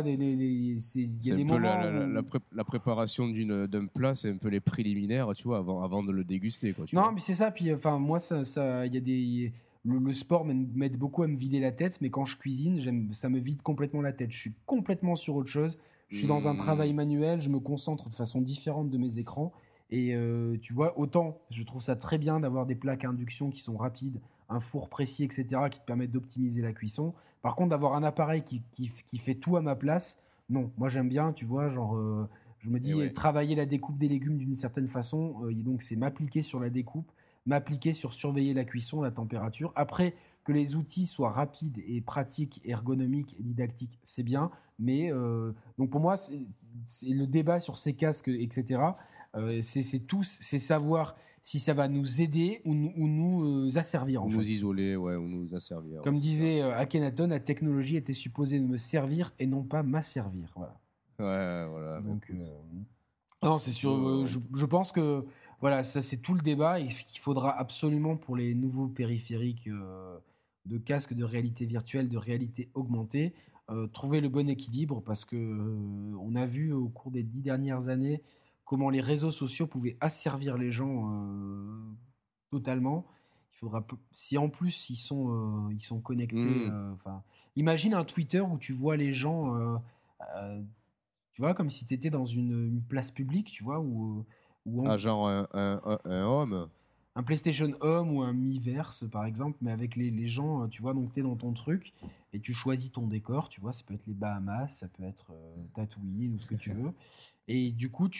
il y a C'est un des peu moments où. la préparation d'un plat, c'est un peu les préliminaires, tu vois, avant de le déguster, quoi, tu Non, vois. mais c'est ça. Puis, enfin, moi, il y a le sport m'aide beaucoup à me vider la tête, mais quand je cuisine, ça me vide complètement la tête. Je suis complètement sur autre chose. Je suis dans un travail Hmm. manuel, je me concentre de façon différente de mes écrans. Et tu vois, autant je trouve ça très bien d'avoir des plaques à induction qui sont rapides, un four précis, etc., qui te permettent d'optimiser la cuisson. Par contre, d'avoir un appareil qui fait tout à ma place, non. Moi, j'aime bien, tu vois, genre, je me Et dis, ouais. travailler la découpe des légumes d'une certaine façon, donc c'est m'appliquer sur la découpe, m'appliquer sur surveiller la cuisson, la température. Après, que les outils soient rapides et pratiques, ergonomiques et didactiques, c'est bien. Mais donc pour moi, c'est le débat sur ces casques, etc. C'est savoir si ça va nous aider ou nous asservir en Ou nous fait. isoler, ouais, ou nous asservir, ouais, Comme c'est ça. disait Akhenaton, la technologie était supposée me servir et non pas m'asservir. Voilà. Ouais, voilà, bah Donc, écoute. non, c'est sûr. On peut- Je pense que voilà, ça c'est tout le débat et qu'il faudra absolument pour les nouveaux périphériques de casques de réalité virtuelle, de réalité augmentée, trouver le bon équilibre parce que on a vu au cours des 10 dernières années comment les réseaux sociaux pouvaient asservir les gens totalement. Si en plus ils sont connectés, Hmm. enfin, imagine un Twitter où tu vois les gens. Euh, tu vois, comme si tu étais dans une place publique, tu vois, Ah, genre un homme. un PlayStation Home ou un Miiverse, par exemple, mais avec les gens, tu vois, donc tu es dans ton truc et tu choisis ton décor, tu vois, ça peut être les Bahamas, ça peut être Tatooine ou ce que tu veux. Et du coup,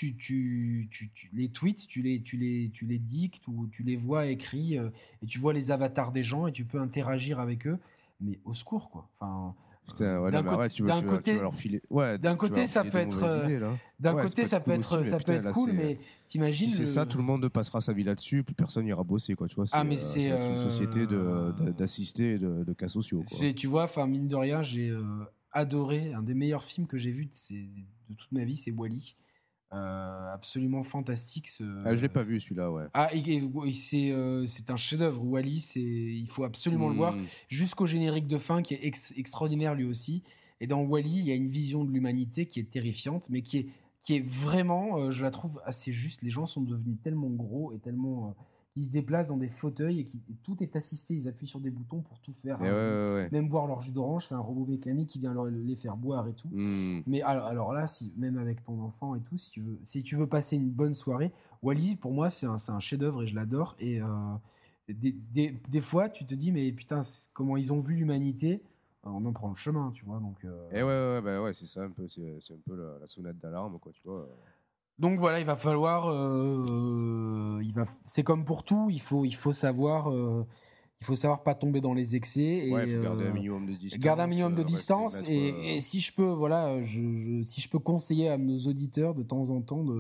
les tweets, tu les dictes ou tu les vois écrits et tu vois les avatars des gens et tu peux interagir avec eux. Mais au secours, quoi. Enfin, Putain, ouais, non, mais ouais, tu vas leur filer. Ouais, d'un côté, ça peut être. Idées, là. D'un Ouais, côté, ça peut être, aussi, ça peut putain, être là, cool, mais t'imagines. Si c'est ça, tout le monde passera sa vie là-dessus, plus personne n'ira bosser, quoi. Tu vois, Ah, mais ça va être une société d'assistés et de cas sociaux, quoi. Tu vois, enfin, mine de rien, j'ai adoré un des meilleurs films que j'ai vu de toute ma vie, c'est Wall-E. Absolument fantastique. Ah, je l'ai pas vu celui-là, ouais. Ah, c'est un chef-d'œuvre. Wall-E, il faut absolument le voir. Jusqu'au générique de fin qui est extraordinaire lui aussi. Et dans Wall-E, il y a une vision de l'humanité qui est terrifiante, mais qui est vraiment, je la trouve assez juste. Les gens sont devenus tellement gros et tellement. Ils se déplacent dans des fauteuils et tout est assisté. Ils appuient sur des boutons pour tout faire. Ouais. Même boire leur jus d'orange, c'est un robot mécanique qui vient les faire boire et tout. Mais alors là, même avec ton enfant et tout, si tu veux passer une bonne soirée, Wall-E, pour moi, c'est un chef-d'œuvre et je l'adore. Et des fois, tu te dis, mais putain, comment ils ont vu l'humanité, on en prend le chemin, tu vois. Donc, Et ouais, c'est ça un peu, c'est un peu la sonnette d'alarme, quoi, tu vois. Donc voilà, il va falloir, c'est comme pour tout, il faut savoir, pas tomber dans les excès et il faut garder un minimum de distance. Garder un minimum de distance et si je peux, voilà, si je peux conseiller à nos auditeurs de temps en temps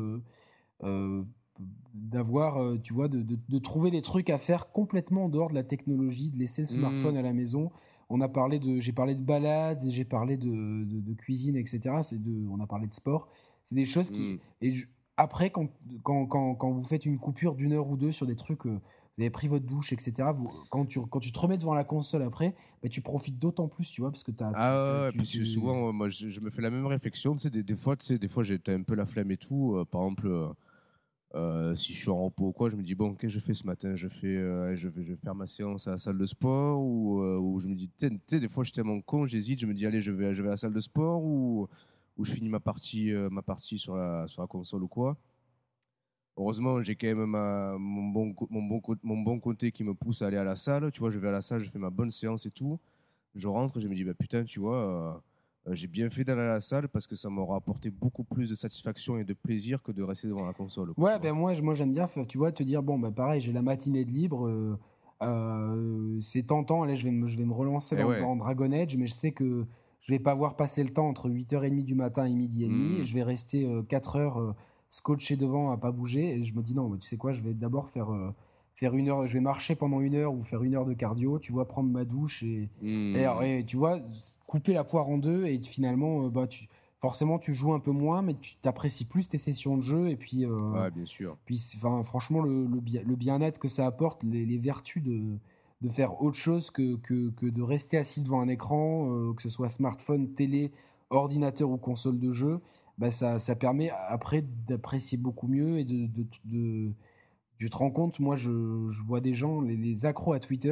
d'avoir, tu vois, de trouver des trucs à faire complètement en dehors de la technologie, de laisser le smartphone à la maison. J'ai parlé de balades, j'ai parlé de cuisine, etc. On a parlé de sport. C'est des choses qui. Après, quand vous faites une coupure d'1 heure ou 2 sur des trucs, vous avez pris votre douche, etc. Quand tu te remets devant la console après, bah, tu profites d'autant plus, tu vois, parce que parce que souvent, moi, je me fais la même réflexion. Tu sais, des fois, j'ai un peu la flemme et tout. Par exemple, si je suis en repos ou quoi, je me dis bon, qu'est-ce que je fais ce matin? Je vais faire ma séance à la salle de sport ou je me dis, tu sais, des fois, je suis tellement con, j'hésite. Je me dis allez, je vais à la salle de sport ou je finis ma partie sur la console ou quoi. Heureusement, j'ai quand même mon bon côté qui me pousse à aller à la salle. Tu vois, je vais à la salle, je fais ma bonne séance et tout. Je rentre et je me dis, bah, putain, tu vois, j'ai bien fait d'aller à la salle parce que ça m'aura apporté beaucoup plus de satisfaction et de plaisir que de rester devant la console. Ouais, ben moi j'aime bien, tu vois, te dire, bon, bah, pareil, j'ai la matinée de libre. C'est tentant, là, je vais me relancer dans Dragon Age, mais je sais que je vais pas voir passer le temps entre 8h30 du matin et midi et demi. Et je vais rester 4 heures scotché devant à pas bouger. Et je me dis, non, tu sais quoi, je vais d'abord faire 1 heure, je vais marcher pendant 1 heure ou faire 1 heure de cardio, tu vois, prendre ma douche et tu vois, couper la poire en deux et finalement, forcément, tu joues un peu moins, mais tu t'apprécies plus tes sessions de jeu. Et puis, ouais, bien sûr. Puis, franchement, le bien-être que ça apporte, les vertus de faire autre chose que de rester assis devant un écran, que ce soit smartphone, télé, ordinateur ou console de jeu, bah ça permet après d'apprécier beaucoup mieux et tu te rends compte, moi je vois des gens, les accros à Twitter,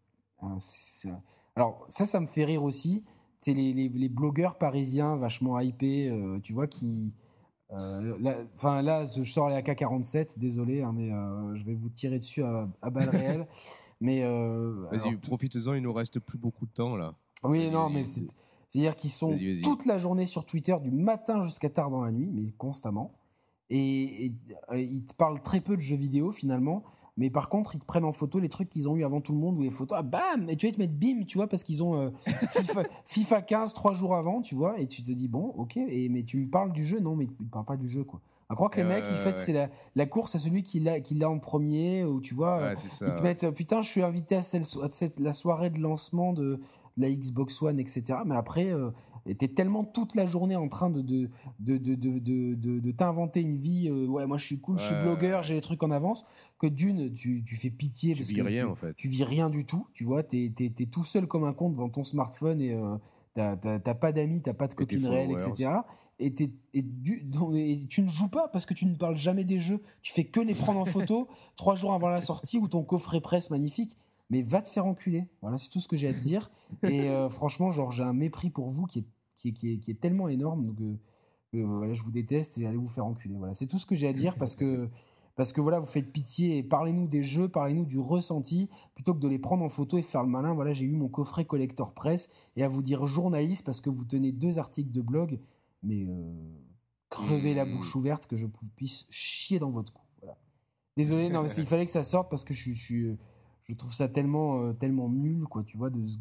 alors ça me fait rire aussi. C'est les blogueurs parisiens vachement hypés, tu vois, qui. Là, je sors les AK-47, désolé, hein, mais je vais vous tirer dessus à balles réelles. Mais vas-y, profitez-en, il nous reste plus beaucoup de temps là. Oui, non, mais c'est-à-dire qu'ils sont toute la journée sur Twitter, du matin jusqu'à tard dans la nuit, mais constamment. Et ils te parlent très peu de jeux vidéo finalement. Mais par contre, ils te prennent en photo les trucs qu'ils ont eu avant tout le monde ou les photos, bam, et tu vas te mettre bim, tu vois, parce qu'ils ont FIFA 15 3 jours avant, tu vois, et tu te dis, bon, ok, mais tu me parles du jeu, non, mais ils ne parlent pas du jeu, quoi. Je crois que les mecs, c'est la course à celui qui l'a en premier, ou tu vois, ils te mettent, putain, je suis invité à la soirée de lancement de la Xbox One, etc. Mais après, t'es tellement toute la journée en train de t'inventer une vie, ouais, moi je suis cool, je suis blogueur, j'ai les trucs en avance, que tu fais pitié parce que rien, en fait. tu vis rien du tout, tu vois, t'es tout seul comme un con devant ton smartphone et t'as pas d'amis, t'as pas de copine réelle, etc. Et tu ne joues pas parce que tu ne parles jamais des jeux, tu fais que les prendre en photo 3 jours avant la sortie ou ton coffret presse magnifique. Mais va te faire enculer. Voilà, c'est tout ce que j'ai à te dire. Et franchement, genre, j'ai un mépris pour vous qui est tellement énorme. Donc, voilà, je vous déteste et allez vous faire enculer. Voilà, c'est tout ce que j'ai à dire parce que voilà, vous faites pitié et parlez-nous des jeux, parlez-nous du ressenti plutôt que de les prendre en photo et faire le malin. Voilà, j'ai eu mon coffret collector presse et à vous dire journaliste parce que vous tenez 2 articles de blog, mais crevez la bouche ouverte que je puisse chier dans votre cou. Voilà. Désolé, non, mais il fallait que ça sorte parce que je trouve ça tellement nul, quoi, tu vois.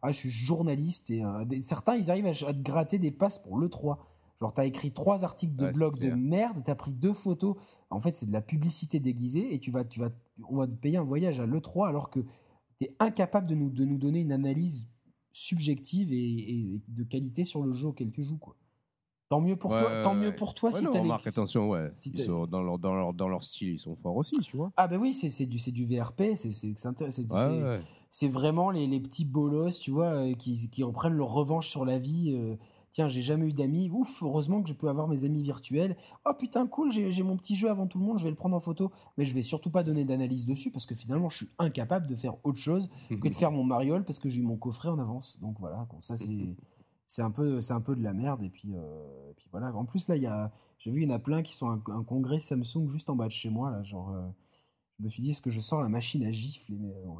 je suis journaliste et certains ils arrivent à te gratter des passes pour l'E3. Genre t'as écrit 3 articles de blog de merde, t'as pris 2 photos. En fait c'est de la publicité déguisée et on va te payer un voyage à l'E3 alors que t'es incapable de nous donner une analyse subjective et de qualité sur le jeu auquel tu joues quoi. Tant mieux pour toi. Tant mieux pour toi si non, t'as remarque, attention, ils sont dans leur style, ils sont forts aussi, tu vois. Ah ben oui, c'est du VRP, c'est vraiment les petits bolosses, tu vois, qui reprennent leur revanche sur la vie. Tiens, j'ai jamais eu d'amis. Ouf, heureusement que je peux avoir mes amis virtuels. Oh putain, cool, j'ai mon petit jeu avant tout le monde, je vais le prendre en photo. Mais je vais surtout pas donner d'analyse dessus parce que finalement, je suis incapable de faire autre chose que de faire mon mariole parce que j'ai eu mon coffret en avance. Donc voilà, ça c'est un peu de la merde. Et puis voilà. En plus là, j'ai vu, il y en a plein qui sont un congrès Samsung juste en bas de chez moi là, genre. Je me suis dit, est-ce que je sors la machine à gifler? Mais bon,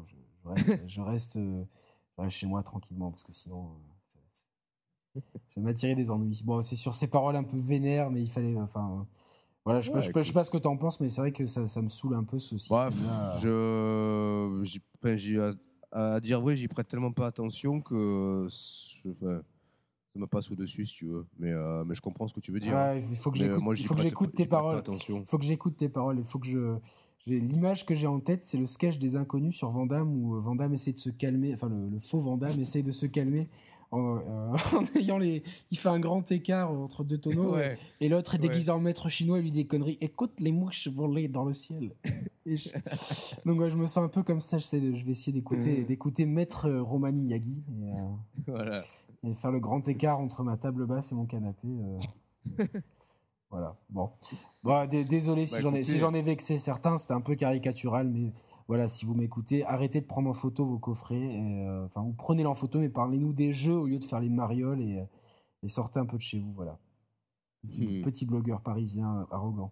je reste chez moi tranquillement parce que sinon, je vais m'attirer des ennuis. Bon, c'est sur ces paroles un peu vénères, mais il fallait. Enfin, voilà, je sais pas ce que t'en penses, mais c'est vrai que ça me saoule un peu ce système-là. À dire vrai, j'y prête tellement pas attention que ça me passe au-dessus, si tu veux. Mais je comprends ce que tu veux dire. Ouais, il faut que j'écoute tes paroles. Il faut que j'écoute tes paroles. Il faut que l'image que j'ai en tête, c'est le sketch des Inconnus sur Van Damme où Van Damme essaie de se calmer, enfin le faux Van Damme essaie de se calmer en ayant il fait un grand écart entre 2 tonneaux et l'autre est déguisé en maître chinois et lui dit des conneries. Écoute les mouches voler dans le ciel. Donc je me sens un peu comme ça. Je vais essayer d'écouter Maître Romani Yagi voilà. Et faire le grand écart entre ma table basse et mon canapé. Voilà. Bon, désolé si j'en ai vexé certains, c'était un peu caricatural, mais voilà, si vous m'écoutez, arrêtez de prendre en photo vos coffrets, ou prenez-les en photo, mais parlez-nous des jeux au lieu de faire les marioles et sortez un peu de chez vous, voilà. Petit blogueur parisien arrogant.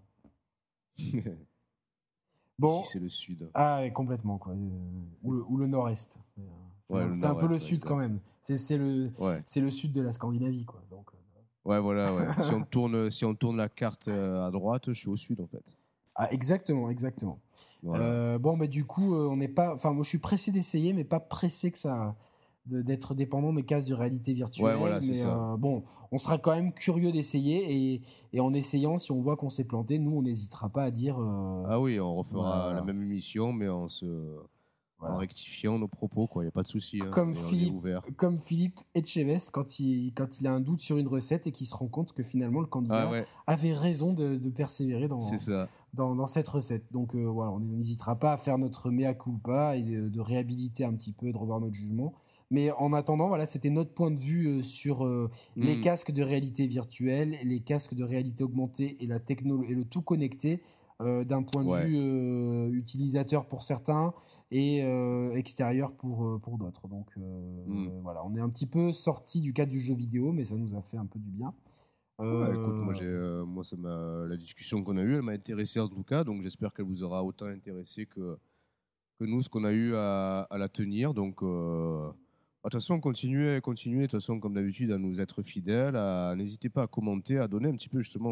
Bon. Ici, c'est le sud. Ah, ouais, complètement, quoi. Ou le nord-est. C'est un peu le sud quand même. C'est le sud de la Scandinavie, quoi. Donc, ouais, voilà, ouais. si on tourne la carte à droite, je suis au sud, en fait. Ah, exactement. Voilà. Bon, mais du coup, on n'est pas. Enfin, moi, je suis pressé d'essayer, mais pas pressé d'être dépendant des cases de réalité virtuelle. Ouais, voilà, c'est ça. Bon, on sera quand même curieux d'essayer et en essayant, si on voit qu'on s'est planté, nous, on n'hésitera pas à dire. Ah oui, on refera la même émission, mais en rectifiant nos propos, quoi. Il n'y a pas de souci. Comme Philippe Etchebest, quand il a un doute sur une recette et qu'il se rend compte que finalement le candidat avait raison de persévérer dans cette recette. Donc voilà, on n'hésitera pas à faire notre mea culpa et de réhabiliter un petit peu et de revoir notre jugement. Mais en attendant, voilà, c'était notre point de vue sur les casques de réalité virtuelle, les casques de réalité augmentée et la technologie et le tout connecté d'un point de vue utilisateur pour certains et extérieur pour d'autres. Donc voilà, on est un petit peu sorti du cadre du jeu vidéo, mais ça nous a fait un peu du bien. Écoute, la discussion qu'on a eue, elle m'a intéressé en tout cas, donc j'espère qu'elle vous aura autant intéressé que nous, ce qu'on a eu à la tenir. Donc de toute façon, continuez, de toute façon, comme d'habitude, à nous être fidèles. N'hésitez pas à commenter, à donner un petit peu justement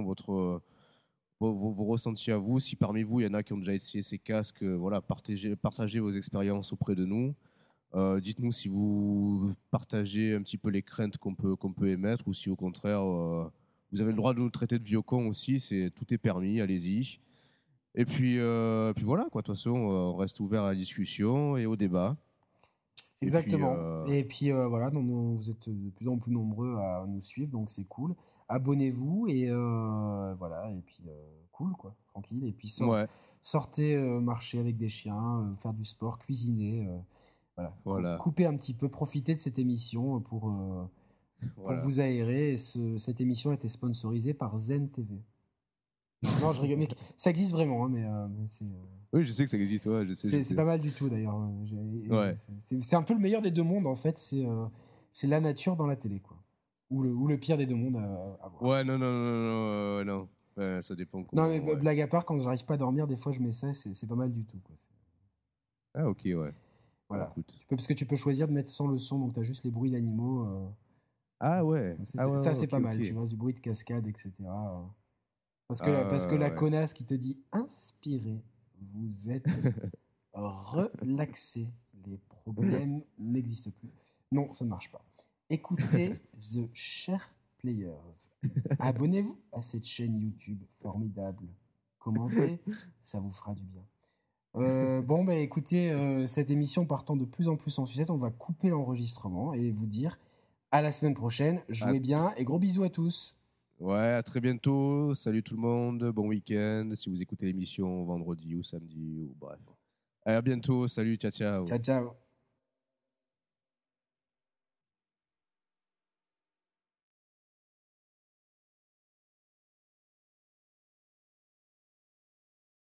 vos ressentis à vous. Si parmi vous, il y en a qui ont déjà essayé ces casques, voilà, partagez vos expériences auprès de nous. Dites-nous si vous partagez un petit peu les craintes qu'on peut émettre ou si au contraire, vous avez le droit de nous traiter de vieux cons aussi. Tout est permis, allez-y. Et puis voilà, quoi. De toute façon, on reste ouvert à la discussion et au débat. Exactement. Et puis voilà, vous êtes de plus en plus nombreux à nous suivre, donc c'est cool. Abonnez-vous et voilà. Et puis cool, quoi, tranquille. Et puis sortez marcher avec des chiens, faire du sport, cuisiner. Voilà. Couper un petit peu, profiter de cette émission pour vous aérer. Cette émission a été sponsorisée par Zen TV. Non, je rigole, mais ça existe vraiment, hein, mais c'est. Oui, je sais que ça existe, ouais, je sais. C'est pas mal du tout d'ailleurs. C'est un peu le meilleur des deux mondes en fait. C'est la nature dans la télé, quoi. Ou le pire des deux mondes à voir. Ouais, non. Ça dépend. Non, mais blague à part, quand j'arrive pas à dormir, des fois je mets ça, c'est pas mal du tout, quoi. Ah ok, ouais. Voilà. Écoute. Parce que tu peux choisir de mettre sans le son, donc tu as juste les bruits d'animaux. Ah ouais. Ça, c'est pas mal. Tu vois, du bruit de cascade, etc. Parce que la connasse qui te dit inspirez, vous êtes relaxé, les problèmes n'existent plus. Non, ça ne marche pas. Écoutez The Share Players. Abonnez-vous à cette chaîne YouTube formidable. Commentez, ça vous fera du bien. Bon, bah écoutez, cette émission partant de plus en plus en sucette, on va couper l'enregistrement et vous dire à la semaine prochaine. Jouez bien et gros bisous à tous. Ouais, à très bientôt. Salut tout le monde. Bon week-end. Si vous écoutez l'émission vendredi ou samedi ou bref. À bientôt. Salut, ciao, ciao. Ciao, ciao.